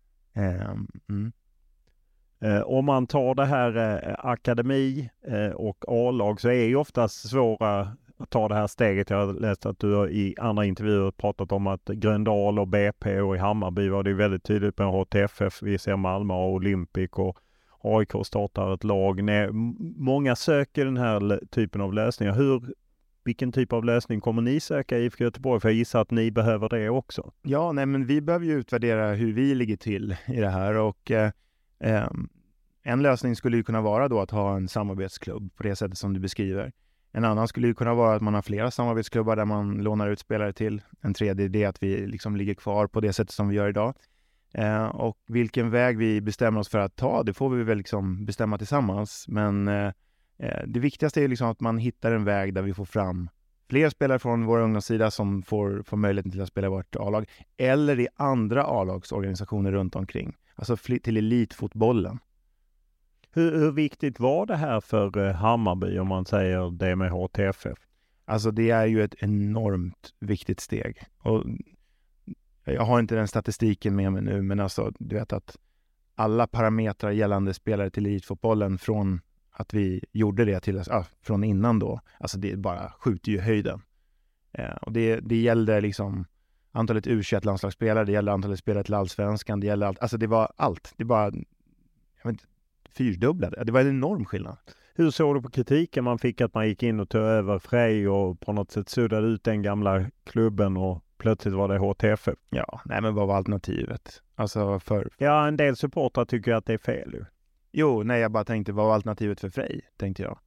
Om man tar det här akademi och A-lag, så är ju oftast svåra att ta det här steget. Jag har läst att du i andra intervjuer pratat om att Gröndal och BP och i Hammarby var det väldigt tydligt med HTFF. Vi ser Malmö och Olympic och AIK startar ett lag. Många söker den här typen av lösningar. Vilken typ av lösning kommer ni söka i IFK Göteborg? För jag gissar att ni behöver det också. Ja, men vi behöver ju utvärdera hur vi ligger till i det här. Och en lösning skulle ju kunna vara då att ha en samarbetsklubb på det sättet som du beskriver. En annan skulle ju kunna vara att man har flera samarbetsklubbar där man lånar ut spelare till. En tredje idé är att vi liksom ligger kvar på det sättet som vi gör idag. Och vilken väg vi bestämmer oss för att ta, det får vi väl liksom bestämma tillsammans. Men det viktigaste är liksom att man hittar en väg där vi får fram fler spelare från vår ungdomssida som får möjligheten till att spela i vårt A-lag, eller i andra A-lagsorganisationer runt omkring. Alltså till elitfotbollen. Hur viktigt var det här för Hammarby, om man säger det med HTFF? Alltså det är ju ett enormt viktigt steg. Och jag har inte den statistiken med mig nu, men alltså du vet att alla parametrar gällande spelare till elitfotbollen från att vi gjorde det till från innan då, alltså det bara skjuter ju höjden. Och det gällde liksom antalet U21-landslagsspelare, det gällde antalet spelare till allsvenskan, det gällde allt, alltså det var allt. Det bara, jag vet inte, fyrdubblade. Det var en enorm skillnad. Hur såg du på kritiken man fick att man gick in och tog över Frej och på något sätt suddade ut den gamla klubben och plötsligt var det HTFF? Ja, men vad var alternativet? Alltså Ja, en del supportrar tycker att det är fel ju. Jo, jag bara tänkte, vad var alternativet för Frej? Tänkte jag.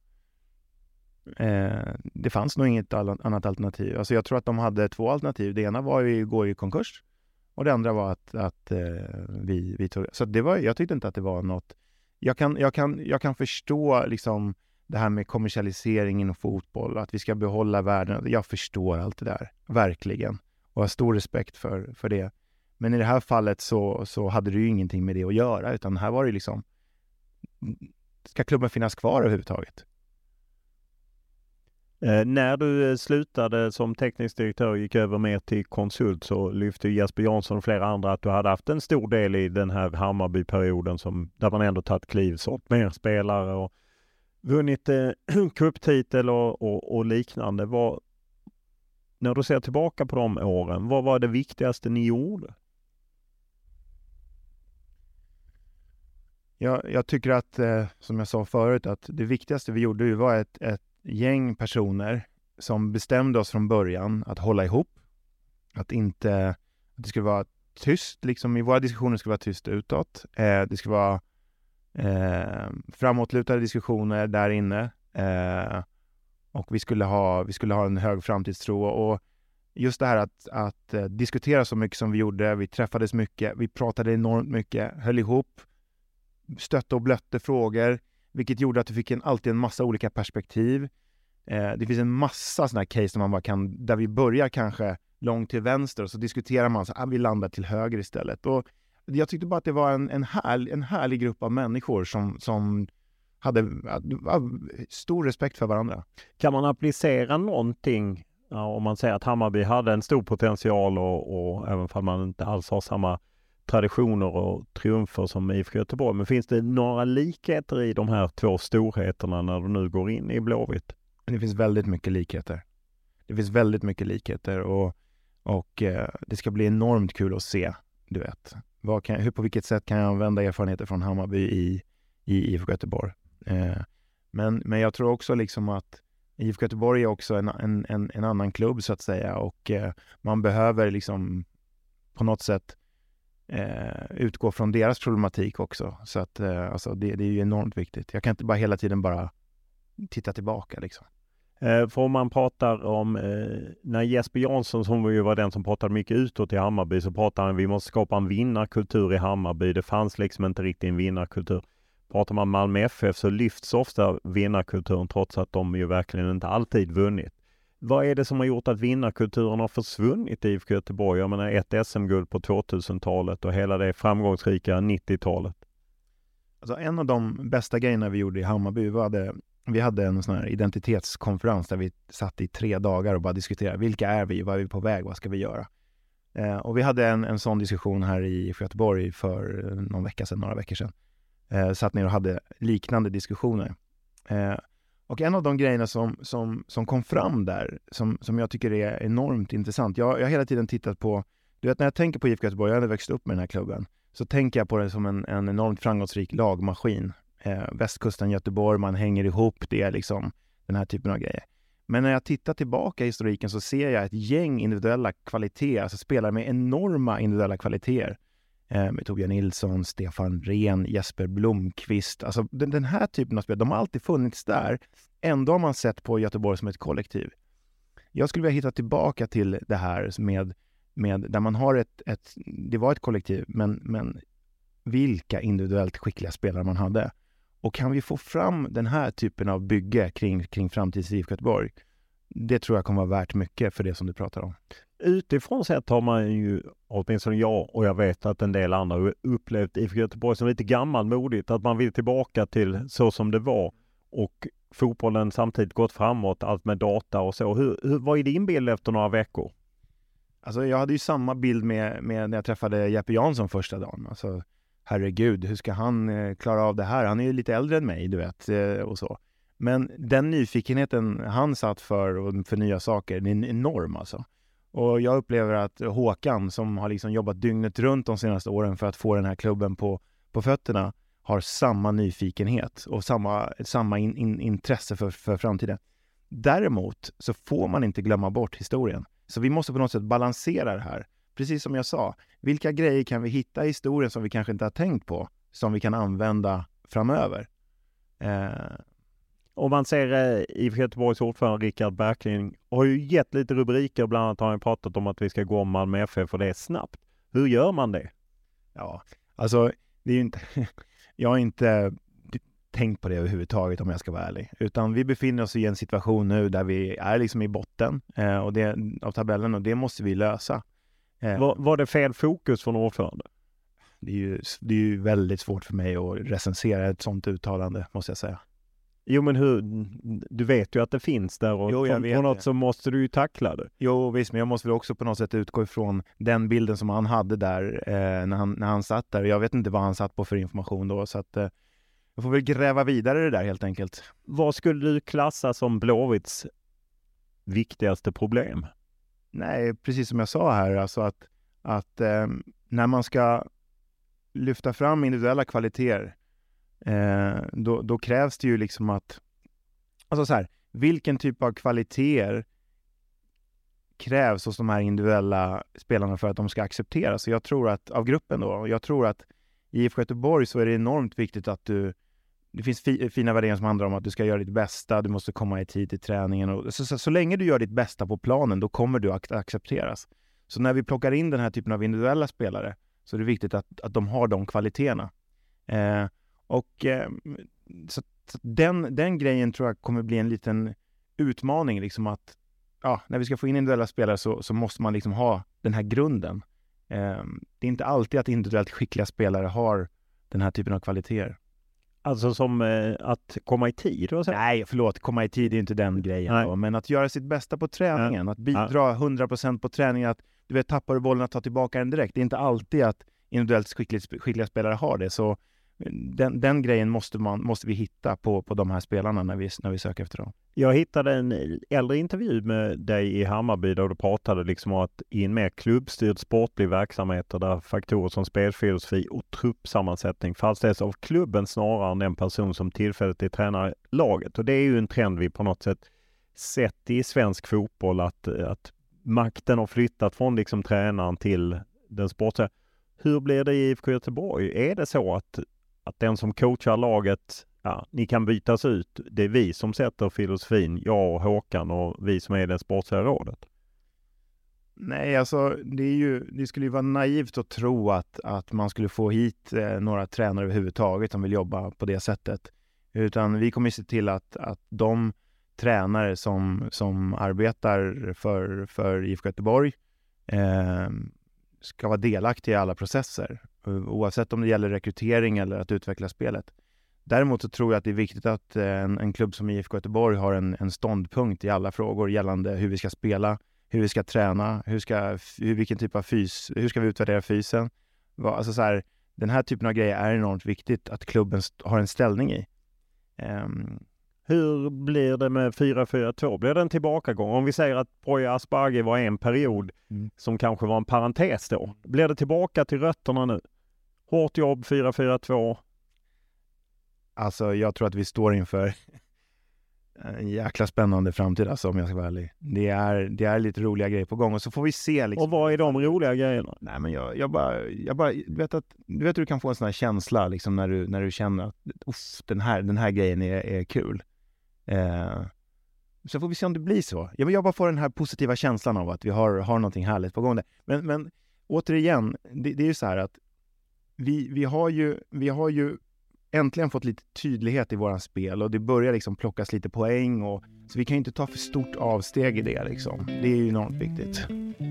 Det fanns nog inget annat alternativ. Alltså jag tror att de hade 2 alternativ. Det ena var ju att gå i konkurs. Och det andra var att vi tog... Så jag tyckte inte att det var något... Jag kan förstå liksom det här med kommersialisering inom fotboll. Att vi ska behålla världen. Jag förstår allt det där. Verkligen. Och har stor respekt för det. Men i det här fallet så hade det ju ingenting med det att göra. Utan här var det liksom... Ska klubben finnas kvar överhuvudtaget? När du slutade som teknisk direktör och gick över mer till konsult, så lyfte Jesper Jansson och flera andra att du hade haft en stor del i den här Hammarby-perioden där man ändå tagit kliv, sålt mer spelare och vunnit cuptitel och liknande. När du ser tillbaka på de åren, vad var det viktigaste ni gjorde? Jag tycker att, som jag sa förut, att det viktigaste vi gjorde var ett gäng personer som bestämde oss från början att hålla ihop. Att det skulle vara tyst, liksom i våra diskussioner skulle vara tyst utåt. Det skulle vara framåtlutade diskussioner där inne. Och vi skulle ha en hög framtidstro. Och just det här att diskutera så mycket som vi gjorde, vi träffades mycket, vi pratade enormt mycket, höll ihop, stötte och blötte frågor, vilket gjorde att du fick alltid en massa olika perspektiv. Det finns en massa sådana här case där man bara där vi börjar kanske långt till vänster och så diskuterar man så vi landar till höger istället. Och jag tyckte bara att det var en härlig grupp av människor som hade stor respekt för varandra. Kan man applicera någonting om man säger att Hammarby hade en stor potential och även om man inte alls har samma traditioner och triumfer som IFK Göteborg, men finns det några likheter i de här två storheterna när du nu går in i Blåvitt? Det finns väldigt mycket likheter. Och det ska bli enormt kul att se, du vet. På vilket sätt kan jag använda erfarenheter från Hammarby i IFK Göteborg? Men jag tror också liksom att IFK Göteborg är också en annan klubb så att säga, och man behöver liksom på något sätt utgå från deras problematik också. Så att alltså det är ju enormt viktigt. Jag kan inte bara hela tiden bara titta tillbaka liksom. För om man pratar om när Jesper Jansson, som ju var den som pratade mycket utåt i Hammarby, så pratade han vi måste skapa en vinnarkultur i Hammarby. Det fanns liksom inte riktigt en vinnarkultur. Pratar man Malmö FF så lyfts ofta vinnarkulturen trots att de ju verkligen inte alltid vunnit. Vad är det som har gjort att vinnarkulturen har försvunnit i IFK Göteborg? Jag menar ett SM-guld på 2000-talet och hela det framgångsrika 90-talet. Alltså en av de bästa grejerna vi gjorde i Hammarby var vi hade en sån här identitetskonferens där vi satt i 3 dagar och bara diskuterade vilka är vi, vad är vi på väg, vad ska vi göra? Och vi hade en sån diskussion här i Göteborg för några veckor sedan. Satt ner och hade liknande diskussioner. Och en av de grejerna som kom fram där, som jag tycker är enormt intressant. Jag har hela tiden tittat på, du vet när jag tänker på IFK Göteborg, jag hade växt upp med den här klubben, så tänker jag på det som en enormt framgångsrik lagmaskin. Västkusten, Göteborg, man hänger ihop, det är liksom den här typen av grejer. Men när jag tittar tillbaka i historiken så ser jag ett gäng individuella kvaliteter, alltså spelare med enorma individuella kvaliteter. Med Torbjörn Nilsson, Stefan Rehn, Jesper Blomqvist. Alltså den här typen av spel, de har alltid funnits där. Ändå har man sett på Göteborg som ett kollektiv. Jag skulle vilja hitta tillbaka till det här med där man har det var ett kollektiv, men vilka individuellt skickliga spelare man hade. Och kan vi få fram den här typen av bygge kring framtids IFK Göteborg, det tror jag kommer vara värt mycket för det som du pratar om. Utifrån sett har man ju, åtminstone jag och jag vet att en del andra upplevt IFK Göteborg som lite gammalmodigt, att man vill tillbaka till så som det var och fotbollen samtidigt gått framåt, allt med data och så. Vad är din bild efter några veckor? Alltså jag hade ju samma bild med när jag träffade Jeppe Jansson första dagen. Alltså herregud, hur ska han klara av det här? Han är ju lite äldre än mig, du vet, och så. Men den nyfikenheten han satt för nya saker, det är enorm alltså. Och jag upplever att Håkan, som har liksom jobbat dygnet runt de senaste åren för att få den här klubben på fötterna, har samma nyfikenhet och samma intresse för framtiden. Däremot så får man inte glömma bort historien. Så vi måste på något sätt balansera det här. Precis som jag sa, vilka grejer kan vi hitta i historien som vi kanske inte har tänkt på, som vi kan använda framöver? Om man ser IFK Göteborgs ordförande Rickard Berkling har ju gett lite rubriker, bland annat har han pratat om att vi ska gå om Malmö FF och det är snabbt. Hur gör man det? Ja, alltså det är ju inte, jag har inte tänkt på det överhuvudtaget om jag ska vara ärlig. Utan vi befinner oss i en situation nu där vi är liksom i botten av tabellen och det måste vi lösa. Var det fel fokus från ordförande? Det är ju väldigt svårt för mig att recensera ett sånt uttalande, måste jag säga. Jo, men du vet ju att det finns där och på något så måste du ju tackla det. Jo, visst, men jag måste väl också på något sätt utgå ifrån den bilden som han hade där när han satt där. Jag vet inte vad han satt på för information då, så att jag får väl gräva vidare det där helt enkelt. Vad skulle du klassa som Blåvitts viktigaste problem? Nej, precis som jag sa här, alltså att när man ska lyfta fram individuella kvaliteter, då krävs det ju liksom att, alltså så här, vilken typ av kvaliteter krävs hos de här individuella spelarna för att de ska accepteras. Så jag tror att av gruppen då, jag tror att i IFK Göteborg så är det enormt viktigt att det finns fina värderingar som handlar om att du ska göra ditt bästa, du måste komma i tid till träningen. Och så länge du gör ditt bästa på planen, då kommer du att accepteras. Så när vi plockar in den här typen av individuella spelare så är det viktigt att de har de kvaliteterna. Så den grejen tror jag kommer bli en liten utmaning. Liksom att när vi ska få in individuella spelare så måste man liksom ha den här grunden. Det är inte alltid att individuellt skickliga spelare har den här typen av kvaliteter. Alltså som att komma i tid? Nej, förlåt. Komma i tid är inte den grejen. Då, men att göra sitt bästa på träningen. Att bidra 100% på träningen. Att du vet, tappar du bollen att ta tillbaka den direkt. Det är inte alltid att individuellt skickliga spelare har det. Så den grejen måste vi hitta på de här spelarna när vi söker efter dem. Jag hittade en äldre intervju med dig i Hammarby där du pratade liksom om att i en mer klubbstyrd sportlig verksamhet där faktorer som spelfilosofi och truppsammansättning fastställs av klubben snarare än den person som tillfälligt är tränare i laget. Och det är ju en trend vi på något sätt sett i svensk fotboll att makten har flyttat från liksom tränaren till den sportsliga. Hur blir det i IFK Göteborg? Är det så att den som coachar laget, ni kan bytas ut. Det är vi som sätter filosofin, jag och Håkan och vi som är det sportsliga rådet. Nej, alltså det skulle ju vara naivt att tro att man skulle få hit några tränare överhuvudtaget som vill jobba på det sättet. Utan vi kommer se till att de tränare som arbetar för IFK Göteborg ska vara delaktiga i alla processer. Oavsett om det gäller rekrytering eller att utveckla spelet. Däremot så tror jag att det är viktigt att en klubb som IFK Göteborg har en ståndpunkt i alla frågor gällande hur vi ska spela, hur vi ska träna, vilken typ av hur ska vi utvärdera fysen. Alltså så här, den här typen av grejer är enormt viktigt att klubben har en ställning i. Hur blir det med 4-4-2? Blir det en tillbakagång? Om vi säger att Poya Asbaghi var en period som kanske var en parentes då. Blir det tillbaka till rötterna nu? Hårt jobb, 4-4-2? Alltså jag tror att vi står inför en jäkla spännande framtid, alltså, om jag ska vara ärlig. Det är lite roliga grejer på gång och så får vi se liksom. Och vad är de roliga grejerna? Nej, men jag bara du vet du kan få en sån här känsla liksom när du känner att den här grejen är kul. Så får vi se om det blir så. Jag bara får den här positiva känslan av att vi har någonting härligt på gång där. Men återigen, det är ju så här att vi har ju äntligen fått lite tydlighet i våran spel och det börjar liksom plockas lite poäng så vi kan ju inte ta för stort avsteg i det liksom. Det är ju enormt viktigt.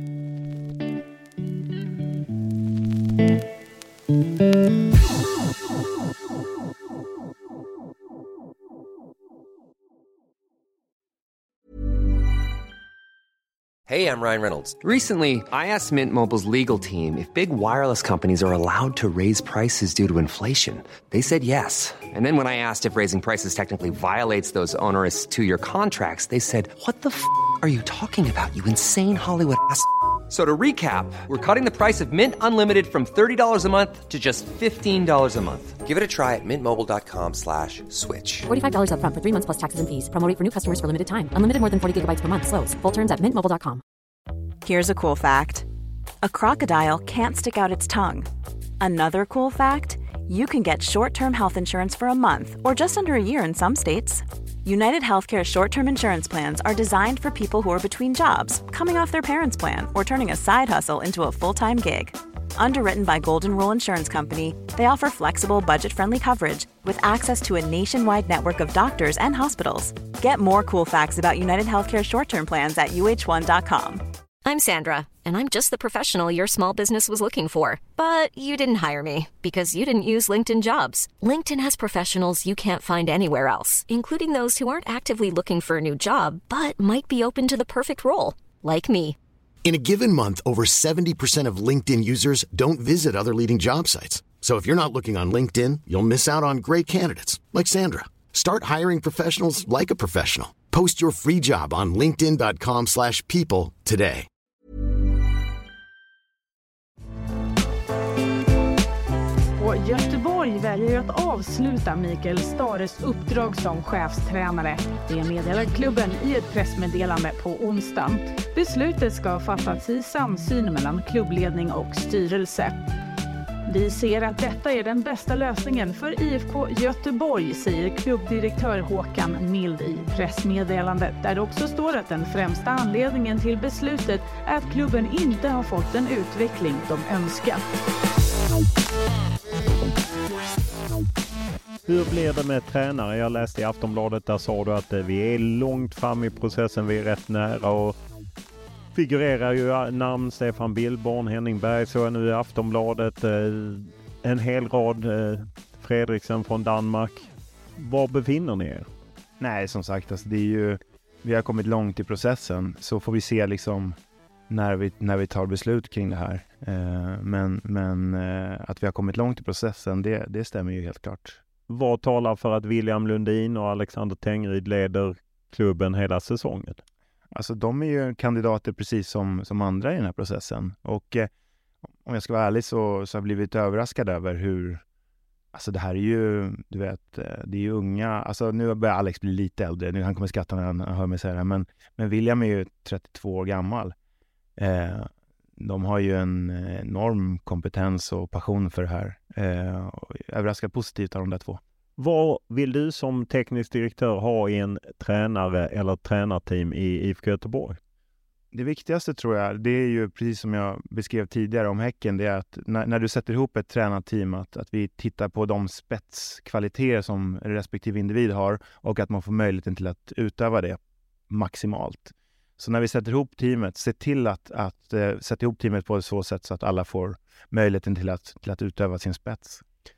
Hey, I'm Ryan Reynolds. Recently, I asked Mint Mobile's legal team if big wireless companies are allowed to raise prices due to inflation. They said yes. And then when I asked if raising prices technically violates those onerous 2-year contracts, they said, "What the f*** are you talking about, you insane Hollywood ass?" So to recap, we're cutting the price of Mint Unlimited from $30 a month to just $15 a month. Give it a try at mintmobile.com/switch. $45 up front for 3 months plus taxes and fees. Promo rate for new customers for limited time. Unlimited more than 40 gigabytes per month. Slows full terms at mintmobile.com. Here's a cool fact. A crocodile can't stick out its tongue. Another cool fact, you can get short-term health insurance for a month or just under a year in some states. United Healthcare short-term insurance plans are designed for people who are between jobs, coming off their parents' plan, or turning a side hustle into a full-time gig. Underwritten by Golden Rule Insurance Company, they offer flexible, budget-friendly coverage with access to a nationwide network of doctors and hospitals. Get more cool facts about United Healthcare short-term plans at uh1.com. I'm Sandra, and I'm just the professional your small business was looking for. But you didn't hire me because you didn't use LinkedIn Jobs. LinkedIn has professionals you can't find anywhere else, including those who aren't actively looking for a new job, but might be open to the perfect role, like me. In a given month, over 70% of LinkedIn users don't visit other leading job sites. So if you're not looking on LinkedIn, you'll miss out on great candidates like Sandra. Start hiring professionals like a professional. Post your free job on linkedin.com/people today. Och Göteborg väljer att avsluta Mikael Stares uppdrag som chefstränare. Det meddelar klubben i ett pressmeddelande på onsdagen. Beslutet ska fattas i samsyn mellan klubbledning och styrelse. Vi ser att detta är den bästa lösningen för IFK Göteborg, säger klubbdirektör Håkan Mild i pressmeddelandet, där det också står att den främsta anledningen till beslutet är att klubben inte har fått den utveckling de önskat. Hur blir det med tränare? Jag läste i Aftonbladet, där sa du att vi är långt fram i processen, vi är rätt nära, och figurerar ju namn Stefan Billborn, Henning Berg, så är nu i Aftonbladet, en hel rad, Fredriksen från Danmark. Var befinner ni er? Nej, som sagt, alltså det är ju, vi har kommit långt i processen, så får vi se liksom när vi tar beslut kring det här. Men att vi har kommit långt i processen, det stämmer ju helt klart. Vad talar för att William Lundin och Alexander Tengryd leder klubben hela säsongen? Alltså de är ju kandidater precis som andra i den här processen. Och om jag ska vara ärlig så har jag blivit överraskad över hur, alltså det här är ju, du vet, det är ju unga, alltså nu börjar Alex bli lite äldre, nu han kommer skratta när han hör mig säga det, men William är ju 32 år gammal. De har ju en enorm kompetens och passion för det här. Överraskad positivt av de där två. Vad vill du som teknisk direktör ha i en tränare eller tränarteam i IFK Göteborg? Det viktigaste tror jag, det är ju precis som jag beskrev tidigare om Häcken, det är att när du sätter ihop ett tränarteam, att vi tittar på de spetskvaliteter som respektive individ har och att man får möjligheten till att utöva det maximalt. Så när vi sätter ihop teamet, se till att sätta ihop teamet på så sätt så att alla får möjligheten till att utöva sin spets.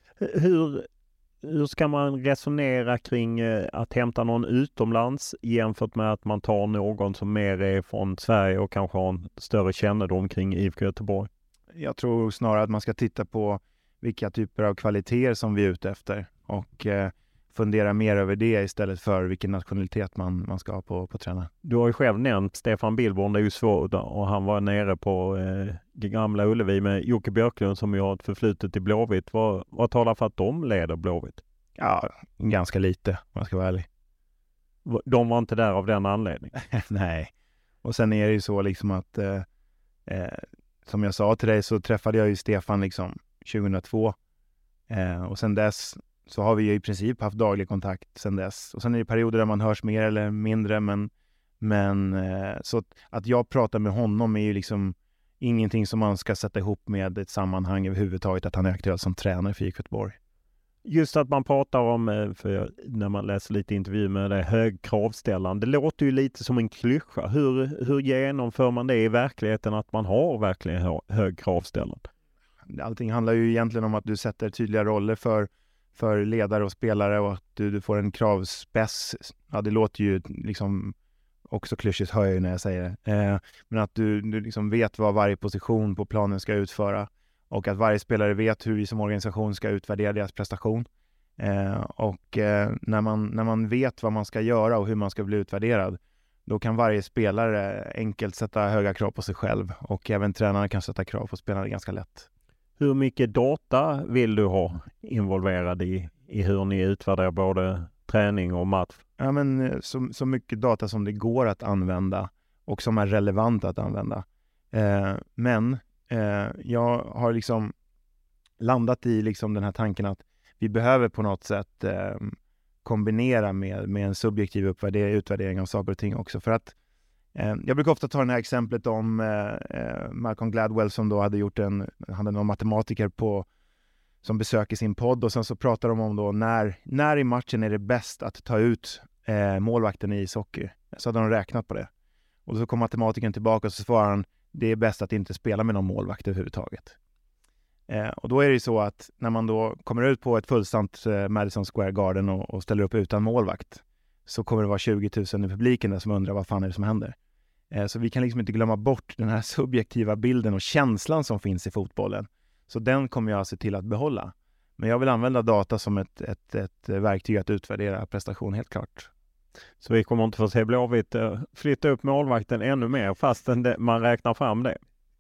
Hur ska man resonera kring att hämta någon utomlands jämfört med att man tar någon som mer är från Sverige och kanske har en större kännedom kring IFK Göteborg? Jag tror snarare att man ska titta på vilka typer av kvaliteter som vi är ute efter och fundera mer över det istället för vilken nationalitet man ska ha på tränaren. Du har ju själv nämnt Stefan Billborn, det är ju svårt, och han var nere på gamla Ullevi med Jocke Björklund som ju har ett förflutet i Blåvitt. Vad talar för att de leder Blåvitt? Ja, ganska lite om jag ska vara ärlig. De var inte där av den anledningen? Nej, och sen är det ju så liksom att som jag sa till dig så träffade jag ju Stefan liksom 2002 och sen dess så har vi ju i princip haft daglig kontakt sen dess. Och sen är det perioder där man hörs mer eller mindre. Men så att jag pratar med honom är ju liksom ingenting som man ska sätta ihop med ett sammanhang överhuvudtaget att han är aktuell som tränare för IFK Göteborg. Just att man pratar om, för när man läser lite intervju med det, hög kravställande. Det låter ju lite som en klyscha. Hur genomför man det i verkligheten att man har verkligen hög kravställande? Allting handlar ju egentligen om att du sätter tydliga roller för ledare och spelare och att du får en kravspess. Ja, det låter ju liksom också klyschigt, hör jag ju när jag säger det. Men att du liksom vet vad varje position på planen ska utföra och att varje spelare vet hur vi som organisation ska utvärdera deras prestation. När man vet vad man ska göra och hur man ska bli utvärderad, då kan varje spelare enkelt sätta höga krav på sig själv och även tränarna kan sätta krav på spelarna ganska lätt. Hur mycket data vill du ha involverad i hur ni utvärderar både träning och match? Ja, men så mycket data som det går att använda och som är relevant att använda. Men jag har liksom landat i liksom den här tanken att vi behöver på något sätt kombinera med en subjektiv utvärdering av saker och ting också. För att jag brukar ofta ta det här exemplet om Malcolm Gladwell som då hade hade någon matematiker som besöker sin podd och sen så pratar de om då när i matchen är det bäst att ta ut målvakten i ishockey. Så hade de räknat på det. Och så kom matematikern tillbaka och så svarar han, det är bäst att inte spela med någon målvakt överhuvudtaget. Och då är det ju så att när man då kommer ut på ett fullsamt Madison Square Garden och ställer upp utan målvakt så kommer det vara 20 000 i publiken där som undrar vad fan är det som händer. Så vi kan liksom inte glömma bort den här subjektiva bilden och känslan som finns i fotbollen. Så den kommer jag se till att behålla. Men jag vill använda data som ett verktyg att utvärdera prestation, helt klart. Så vi kommer inte få se Blåvitt flytta upp målvakten ännu mer fastän man räknar fram det.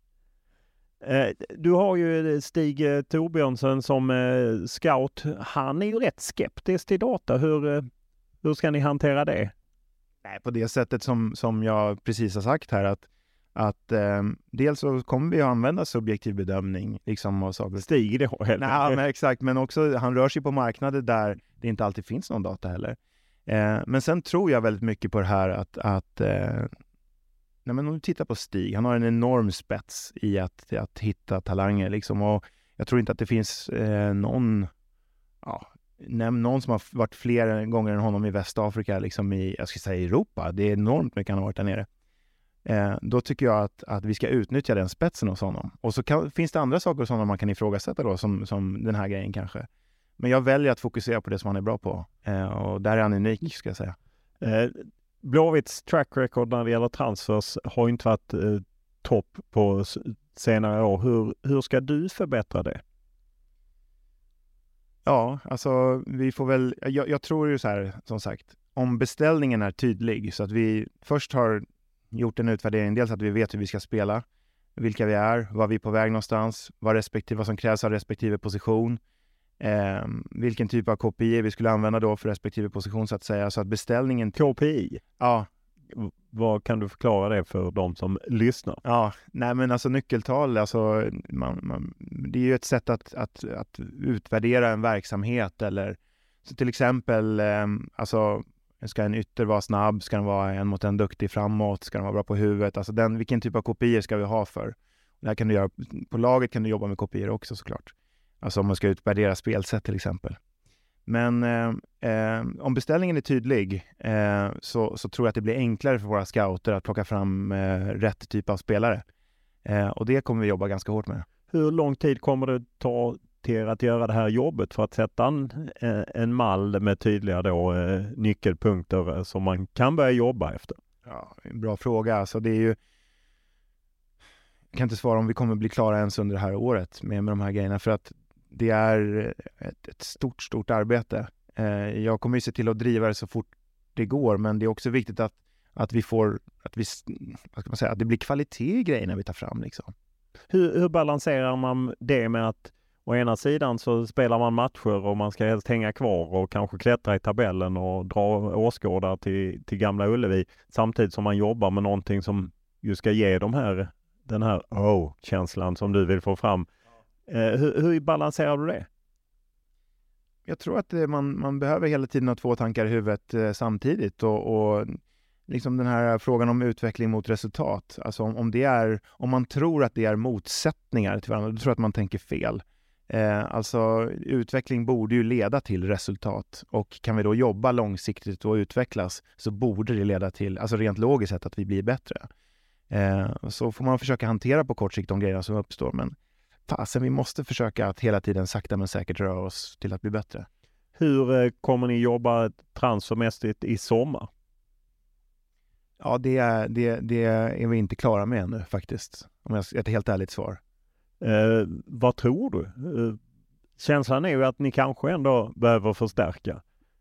Du har ju Stig Torbjörnsen som scout. Han är ju rätt skeptisk till data. Hur ska ni hantera det? Nej, på det sättet som jag precis har sagt här, att att dels så kommer vi att använda subjektiv bedömning liksom av saker. Stig det helt. Nej, men exakt, men också han rör sig på marknader där det inte alltid finns någon data heller. Men sen tror jag väldigt mycket på det här att nej, men om du tittar på Stig, han har en enorm spets i att hitta talanger liksom, och jag tror inte att det finns någon som har varit fler gånger än honom i Västafrika, liksom jag ska säga Europa. Det är enormt mycket han har varit där nere. Då tycker jag att vi ska utnyttja den spetsen hos honom. Och så finns det andra saker hos honom man kan ifrågasätta då, som den här grejen kanske. Men jag väljer att fokusera på det som han är bra på. Och där är han unik, ska jag säga. Blåvitts track record när det gäller transfers har inte varit topp på senare år. Hur ska du förbättra det? Ja, alltså vi får väl... Jag tror ju så här, som sagt, om beställningen är tydlig så att vi först har gjort en utvärdering, dels att vi vet hur vi ska spela, vilka vi är, var vi är på väg någonstans, vad som krävs av respektive position, vilken typ av KPI vi skulle använda då för respektive position så att säga, så att beställningen... KPI? Ja. Vad kan du förklara det för de som lyssnar? Ja, nej men alltså nyckeltal, alltså det är ju ett sätt att utvärdera en verksamhet, eller så till exempel alltså ska en ytter vara snabb, ska den vara en mot en duktig framåt, ska den vara bra på huvudet, alltså vilken typ av kopior ska vi ha för? Det här kan du göra på laget, kan du jobba med kopior också såklart. Alltså om man ska utvärdera spelsätt till exempel. Men om beställningen är tydlig så tror jag att det blir enklare för våra scouter att plocka fram rätt typ av spelare. Och det kommer vi jobba ganska hårt med. Hur lång tid kommer det ta till att göra det här jobbet för att sätta en mall med tydliga nyckelpunkter som man kan börja jobba efter? Ja, bra fråga. Alltså det är ju... Jag kan inte svara om vi kommer bli klara ens under det här året med de här grejerna, för att det är ett stort arbete. Jag kommer ju se till att driva det så fort det går, men det är också viktigt att det blir kvalitet i grejerna vi tar fram liksom. Hur balanserar man det med att å ena sidan så spelar man matcher och man ska helst hänga kvar och kanske klättra i tabellen och dra åskådare till Gamla Ullevi, samtidigt som man jobbar med någonting som ju ska ge den här känslan som du vill få fram. Hur balanserar du det? Jag tror att man behöver hela tiden ha två tankar i huvudet samtidigt, och liksom den här frågan om utveckling mot resultat. Alltså om man tror att det är motsättningar till varandra, då tror jag att man tänker fel. Alltså utveckling borde ju leda till resultat, och kan vi då jobba långsiktigt och utvecklas, så borde det leda till, alltså rent logiskt sett, att vi blir bättre. Så får man försöka hantera på kort sikt de grejerna som uppstår, men vi måste försöka att hela tiden sakta men säkert röra oss till att bli bättre. Hur kommer ni jobba transfermässigt i sommar? Ja, det är vi inte klara med ännu faktiskt, om jag ska ett helt ärligt svar. Vad tror du? Känslan är ju att ni kanske ändå behöver förstärka.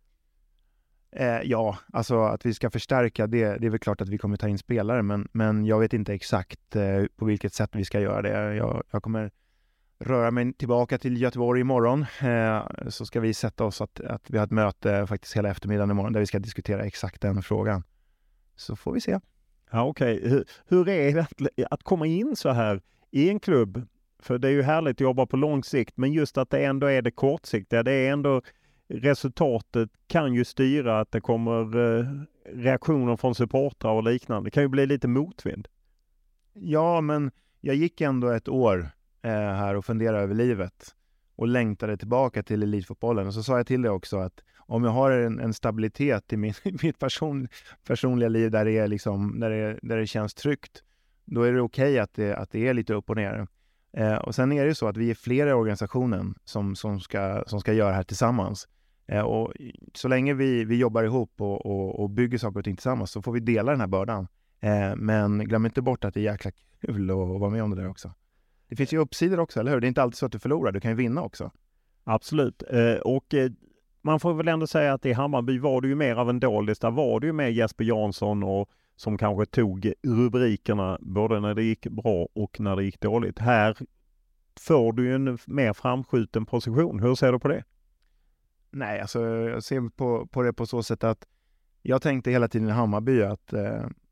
Ja, alltså att vi ska förstärka, det är väl klart att vi kommer ta in spelare, men jag vet inte exakt på vilket sätt vi ska göra det. Jag kommer röra mig tillbaka till Göteborg imorgon, så ska vi sätta oss att vi har ett möte faktiskt hela eftermiddagen imorgon där vi ska diskutera exakt den frågan. Så får vi se. Ja, okej. Hur är det att komma in så här i en klubb? För det är ju härligt att jobba på lång sikt, men just att det ändå är det kortsiktiga, det är ändå resultatet kan ju styra att det kommer reaktioner från supportrar och liknande. Det kan ju bli lite motvind. Ja, men jag gick ändå ett år här och funderade över livet och längtade tillbaka till elitfotbollen. Och så sa jag till dig också att om jag har en stabilitet i mitt personliga liv där det är liksom, där det känns tryggt, då är det okej att det är lite upp och ner. Och sen är det ju så att vi är flera i organisationen som ska göra det här tillsammans. Och så länge vi jobbar ihop och bygger saker och ting tillsammans, så får vi dela den här bördan. Men glöm inte bort att det är jäkla kul att vara med om det där också. Det finns ju uppsidor också, eller hur? Det är inte alltid så att du förlorar, du kan ju vinna också. Absolut. Och man får väl ändå säga att i Hammarby var det ju mer av en doldis. Där var det ju med Jesper Jansson och som kanske tog rubrikerna både när det gick bra och när det gick dåligt. Här får du ju en mer framskjuten position. Hur ser du på det? Nej, alltså jag ser på det på så sätt att jag tänkte hela tiden i Hammarby att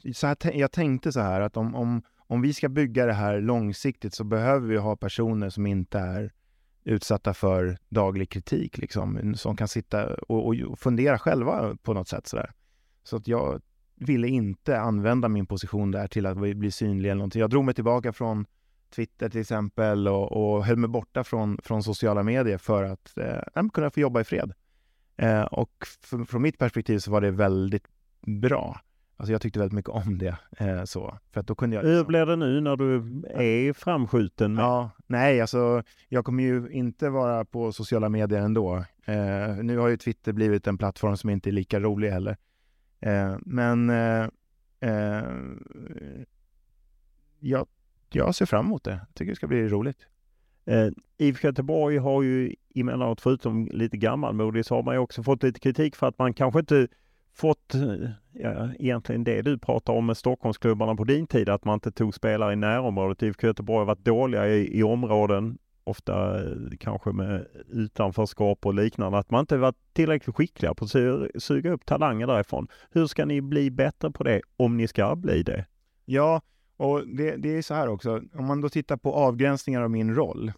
jag tänkte så här att om vi ska bygga det här långsiktigt så behöver vi ha personer som inte är utsatta för daglig kritik liksom, som kan sitta och fundera själva på något sätt sådär. Så att jag ville inte använda min position där till att bli synlig eller någonting. Jag drog mig tillbaka från Twitter till exempel och höll mig borta från sociala medier för att kunna få jobba i fred. Och från mitt perspektiv så var det väldigt bra. Alltså jag tyckte väldigt mycket om det. Så. För att då kunde jag... Hur blir det nu när du är framskjuten? Ja, nej alltså jag kommer ju inte vara på sociala medier ändå. Nu har ju Twitter blivit en plattform som inte är lika rolig heller. Men jag ser fram emot det. Jag tycker det ska bli roligt. IFK Göteborg har ju emellanåt, förutom lite gammalmodig, så har man ju också fått lite kritik för att man kanske inte fått egentligen det du pratar om med Stockholmsklubbarna på din tid, att man inte tog spelare i närområdet. IFK Göteborg har varit dåliga i områden, ofta kanske med utanförskap och liknande, att man inte varit tillräckligt skickliga på att suga upp talanger därifrån. Hur ska ni bli bättre på det om ni ska bli det? Ja, och det är så här också. Om man då tittar på avgränsningar av min roll,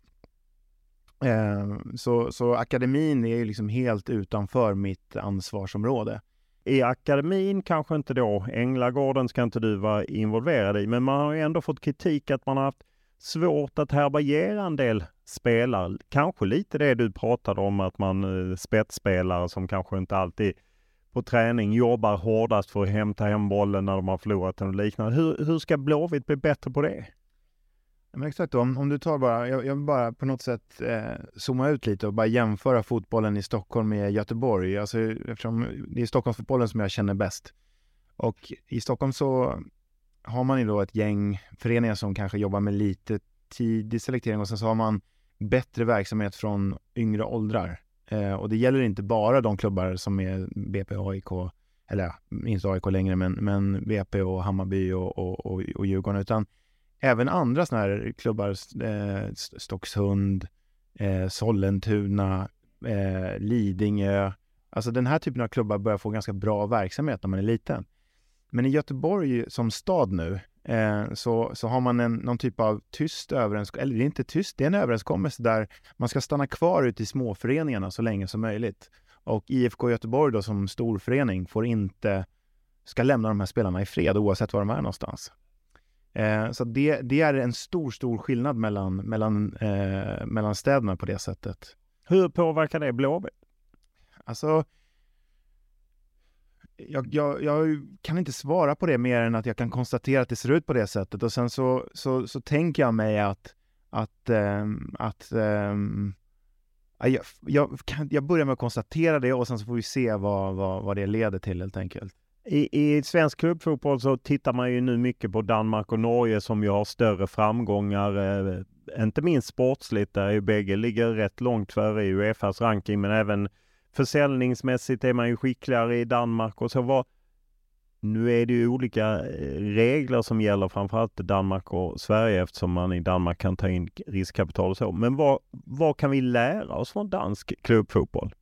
så akademin är ju liksom helt utanför mitt ansvarsområde. I akademin kanske inte då, Änglagården ska inte du vara involverad i, men man har ju ändå fått kritik att man har haft svårt att härbärgera en del spelare. Kanske lite det du pratade om, att man spetsspelare som kanske inte alltid på träning jobbar hårdast för att hämta hem bollen när de har förlorat den och liknande. Hur ska Blåvitt bli bättre på det? Men exakt, om du tar bara, jag vill bara på något sätt zooma ut lite och bara jämföra fotbollen i Stockholm med Göteborg. Alltså, eftersom det är Stockholmsfotbollen som jag känner bäst. Och i Stockholm så har man ju då ett gäng föreningar som kanske jobbar med lite tidig selektering, och sen så har man bättre verksamhet från yngre åldrar. Och det gäller inte bara de klubbar som är BP och AIK, eller inte AIK längre, men BP och Hammarby och Djurgården, utan även andra såna här klubbar, Stocksund, Sollentuna, Lidingö. Alltså den här typen av klubbar börjar få ganska bra verksamhet när man är liten. Men i Göteborg som stad nu så har man någon typ av tyst överenskommelse, eller det är inte tyst, det är en överenskommelse där man ska stanna kvar ute i småföreningarna så länge som möjligt. Och IFK Göteborg då som storförening ska lämna de här spelarna i fred oavsett var de är någonstans. Så det är en stor skillnad mellan städerna på det sättet. Hur påverkar det Blåvitt? Alltså, jag kan inte svara på det mer än att jag kan konstatera att det ser ut på det sättet. Och sen så tänker jag mig att jag börjar med att konstatera det, och sen så får vi se vad det leder till helt enkelt. I svensk klubbfotboll så tittar man ju nu mycket på Danmark och Norge som ju har större framgångar, inte minst sportsligt, där ju bägge ligger rätt långt före i UEFAs ranking, men även försäljningsmässigt är man ju skickligare i Danmark och så. Nu är det ju olika regler som gäller framförallt Danmark och Sverige, eftersom man i Danmark kan ta in riskkapital och så. Men vad kan vi lära oss från dansk klubbfotboll?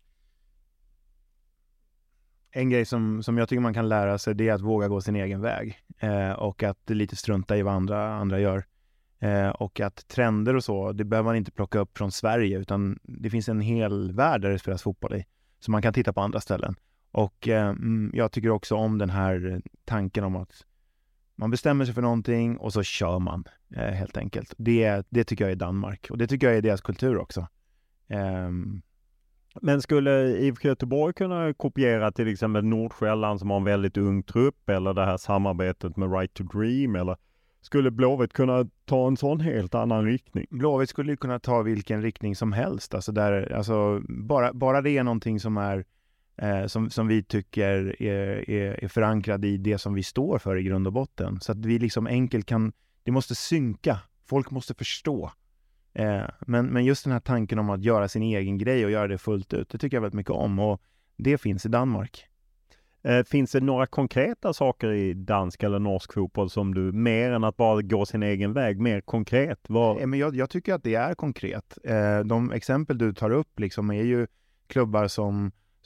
En grej som jag tycker man kan lära sig, det är att våga gå sin egen väg. Och att lite strunta i vad andra gör. Och att trender och så, det behöver man inte plocka upp från Sverige, utan det finns en hel värld där det spelas fotboll i. Så man kan titta på andra ställen. Och jag tycker också om den här tanken om att man bestämmer sig för någonting och så kör man helt enkelt. Det tycker jag är Danmark. Och det tycker jag är deras kultur också. Men skulle IFK Göteborg kunna kopiera till exempel Nordsjälland som har en väldigt ung trupp, eller det här samarbetet med Right to Dream, eller skulle Blåvitt kunna ta en sån helt annan riktning? Blåvitt skulle kunna ta vilken riktning som helst. Alltså bara det är någonting som är som vi tycker är förankrad i det som vi står för i grund och botten. Så att vi liksom enkelt det måste synka. Folk måste förstå. Men just den här tanken om att göra sin egen grej och göra det fullt ut, det tycker jag väldigt mycket om, och det finns i Danmark. Finns det några konkreta saker i dansk eller norsk fotboll som du, mer än att bara gå sin egen väg, mer konkret? Men jag tycker att det är konkret. De exempel du tar upp liksom är ju klubbar som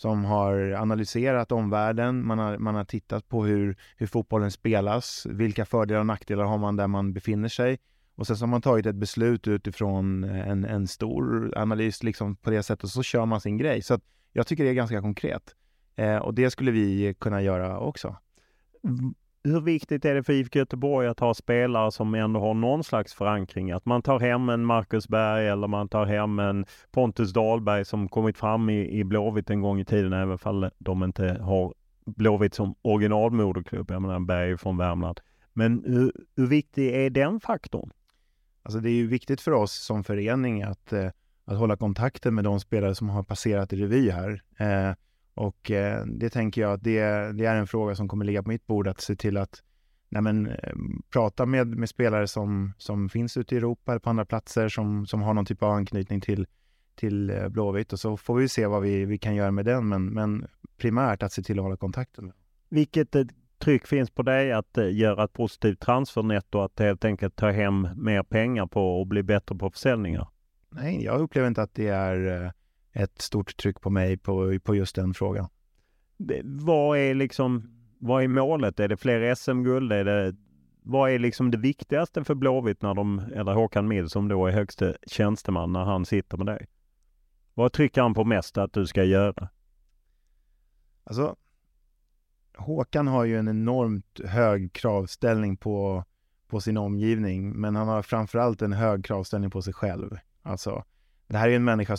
som har analyserat omvärlden. Man har tittat på hur fotbollen spelas. Vilka fördelar och nackdelar har man där man befinner sig. Och sen så har man tagit ett beslut utifrån en stor analys liksom på det sättet. Och så kör man sin grej. Så att jag tycker det är ganska konkret. Och det skulle vi kunna göra också. Hur viktigt är det för IFK Göteborg att ha spelare som ändå har någon slags förankring? Att man tar hem en Marcus Berg eller man tar hem en Pontus Dahlberg som kommit fram i Blåvitt en gång i tiden, även fall de inte har Blåvitt som originalmoderklubb. Jag menar Berg från Värmland. Men hur viktig är den faktorn? Alltså det är ju viktigt för oss som förening att hålla kontakten med de spelare som har passerat i revy här. Och det tänker jag att det är en fråga som kommer ligga på mitt bord, att se till att prata med spelare som finns ute i Europa eller på andra platser som har någon typ av anknytning till Blåvitt, och så får vi se vad vi kan göra med den, men primärt att se till att hålla kontakten med. Vilket tryck finns på dig att göra ett positivt transfernetto, att helt enkelt ta hem mer pengar på och bli bättre på försäljningar? Nej, jag upplever inte att det är ett stort tryck på mig på just den frågan. Vad är målet? Är det fler SM-guld? Vad är liksom det viktigaste för Blåvitt eller Håkan Mild som då är högste tjänsteman när han sitter med dig? Vad trycker han på mest att du ska göra? Alltså, Håkan har ju en enormt hög kravställning på sin omgivning, men han har framförallt en hög kravställning på sig själv. Alltså, det här är en människa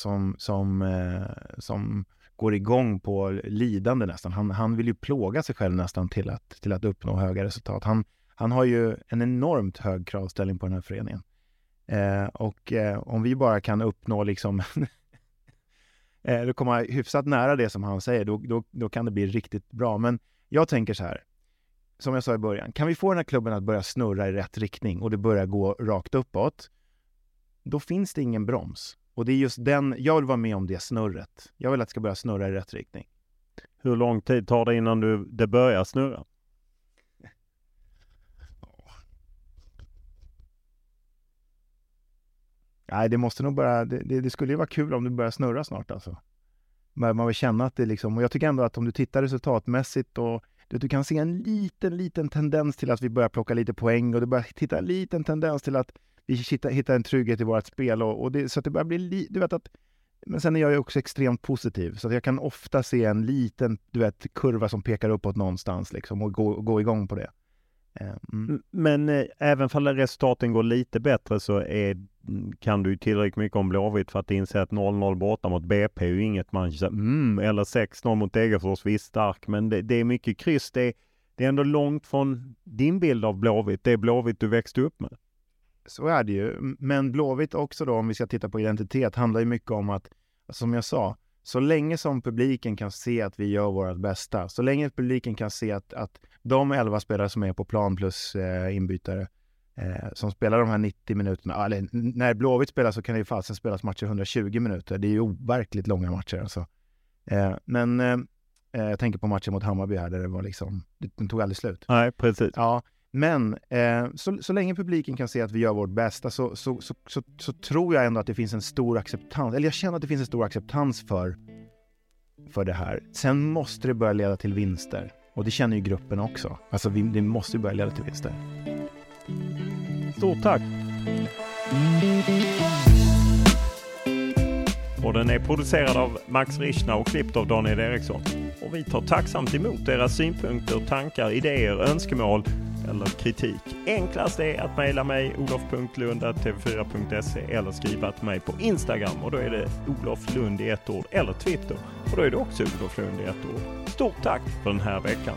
som går igång på lidande nästan. Han vill ju plåga sig själv nästan till att uppnå höga resultat. Han har ju en enormt hög kravställning på den här föreningen. Om vi bara kan uppnå liksom då kommer hyfsat nära det som han säger, då kan det bli riktigt bra. Men jag tänker så här, som jag sa i början, kan vi få den här klubben att börja snurra i rätt riktning och det börjar gå rakt uppåt, då finns det ingen broms. Och det är just jag vill vara med om det snurret. Jag vill att det ska börja snurra i rätt riktning. Hur lång tid tar det innan det börjar snurra? Nej, det måste nog bara... Det skulle ju vara kul om det börjar snurra snart alltså. Man vill känna att det liksom... Och jag tycker ändå att om du tittar resultatmässigt och du kan se en liten tendens till att vi börjar plocka lite poäng, och du börjar titta en liten tendens till att vi hittar en trygghet i vårt spel, och det, så att det börjar bli... Men sen är jag ju också extremt positiv, så att jag kan ofta se en liten kurva som pekar uppåt någonstans liksom, och gå igång på det. Men även om resultaten går lite bättre så kan du tillräckligt mycket om Blåvitt för att inse att 0-0 borta mot BP är ju inget man eller 6-0 mot Degerfors, visst stark, men det är mycket kryss. Det är ändå långt från din bild av Blåvitt. Det är Blåvitt du växte upp med. Så är det ju, men Blåvitt också då, om vi ska titta på identitet, handlar ju mycket om att, som jag sa, så länge som publiken kan se att vi gör vårt bästa, så länge publiken kan se att de 11 spelare som är på plan plus inbytare som spelar de här 90 minuterna, eller när Blåvitt spelar så kan det ju fasen spelas matcher 120 minuter. Det är ju overkligt långa matcher alltså. Men jag tänker på matchen mot Hammarby här där det var liksom, den tog aldrig slut. Nej, precis. Ja, men så länge publiken kan se att vi gör vårt bästa så tror jag ändå att det finns en stor acceptans, eller jag känner att det finns en stor acceptans för det här. Sen måste det börja leda till vinster, och det känner ju gruppen också. Alltså det måste ju börja leda till vinster. Stort tack! Och den är producerad av Max Richna och klippt av Daniel Eriksson. Och vi tar tacksamt emot era synpunkter, tankar, idéer, önskemål eller kritik. Enklast är att mejla mig olof.lund@tv4.se eller skriva till mig på Instagram, och då är det Olof Lund i ett ord, eller Twitter, och då är det också Olof Lund i ett ord. Stort tack för den här veckan!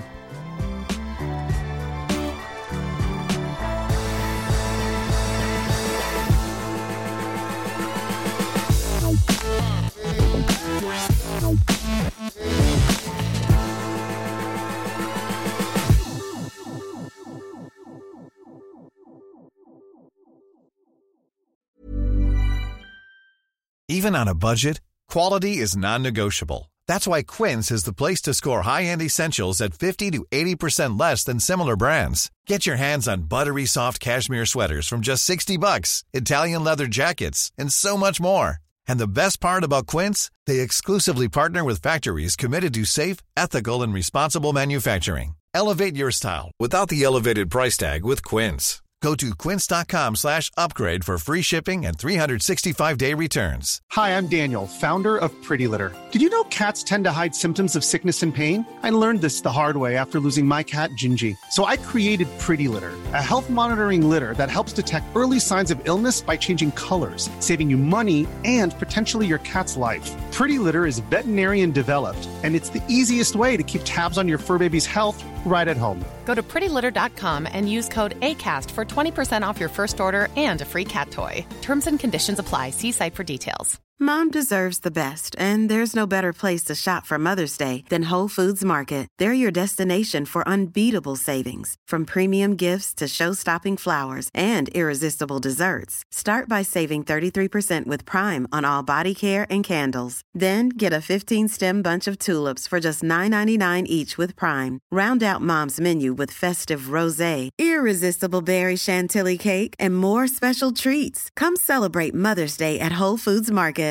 Even on a budget, quality is non-negotiable. That's why Quince is the place to score high-end essentials at 50 to 80% less than similar brands. Get your hands on buttery soft cashmere sweaters from just $60, Italian leather jackets, and so much more. And the best part about Quince, they exclusively partner with factories committed to safe, ethical, and responsible manufacturing. Elevate your style without the elevated price tag with Quince. Go to quince.com/upgrade for free shipping and 365-day returns. Hi, I'm Daniel, founder of Pretty Litter. Did you know cats tend to hide symptoms of sickness and pain? I learned this the hard way after losing my cat, Gingy. So I created Pretty Litter, a health monitoring litter that helps detect early signs of illness by changing colors, saving you money and potentially your cat's life. Pretty Litter is veterinarian developed, and it's the easiest way to keep tabs on your fur baby's health right at home. Go to prettylitter.com and use code ACAST for 20% off your first order and a free cat toy. Terms and conditions apply. See site for details. Mom deserves the best, and there's no better place to shop for Mother's Day than Whole Foods Market. They're your destination for unbeatable savings, from premium gifts to show-stopping flowers and irresistible desserts. Start by saving 33% with Prime on all body care and candles. Then get a 15-stem bunch of tulips for just $9.99 each with Prime. Round out Mom's menu with festive rosé, irresistible berry chantilly cake, and more special treats. Come celebrate Mother's Day at Whole Foods Market.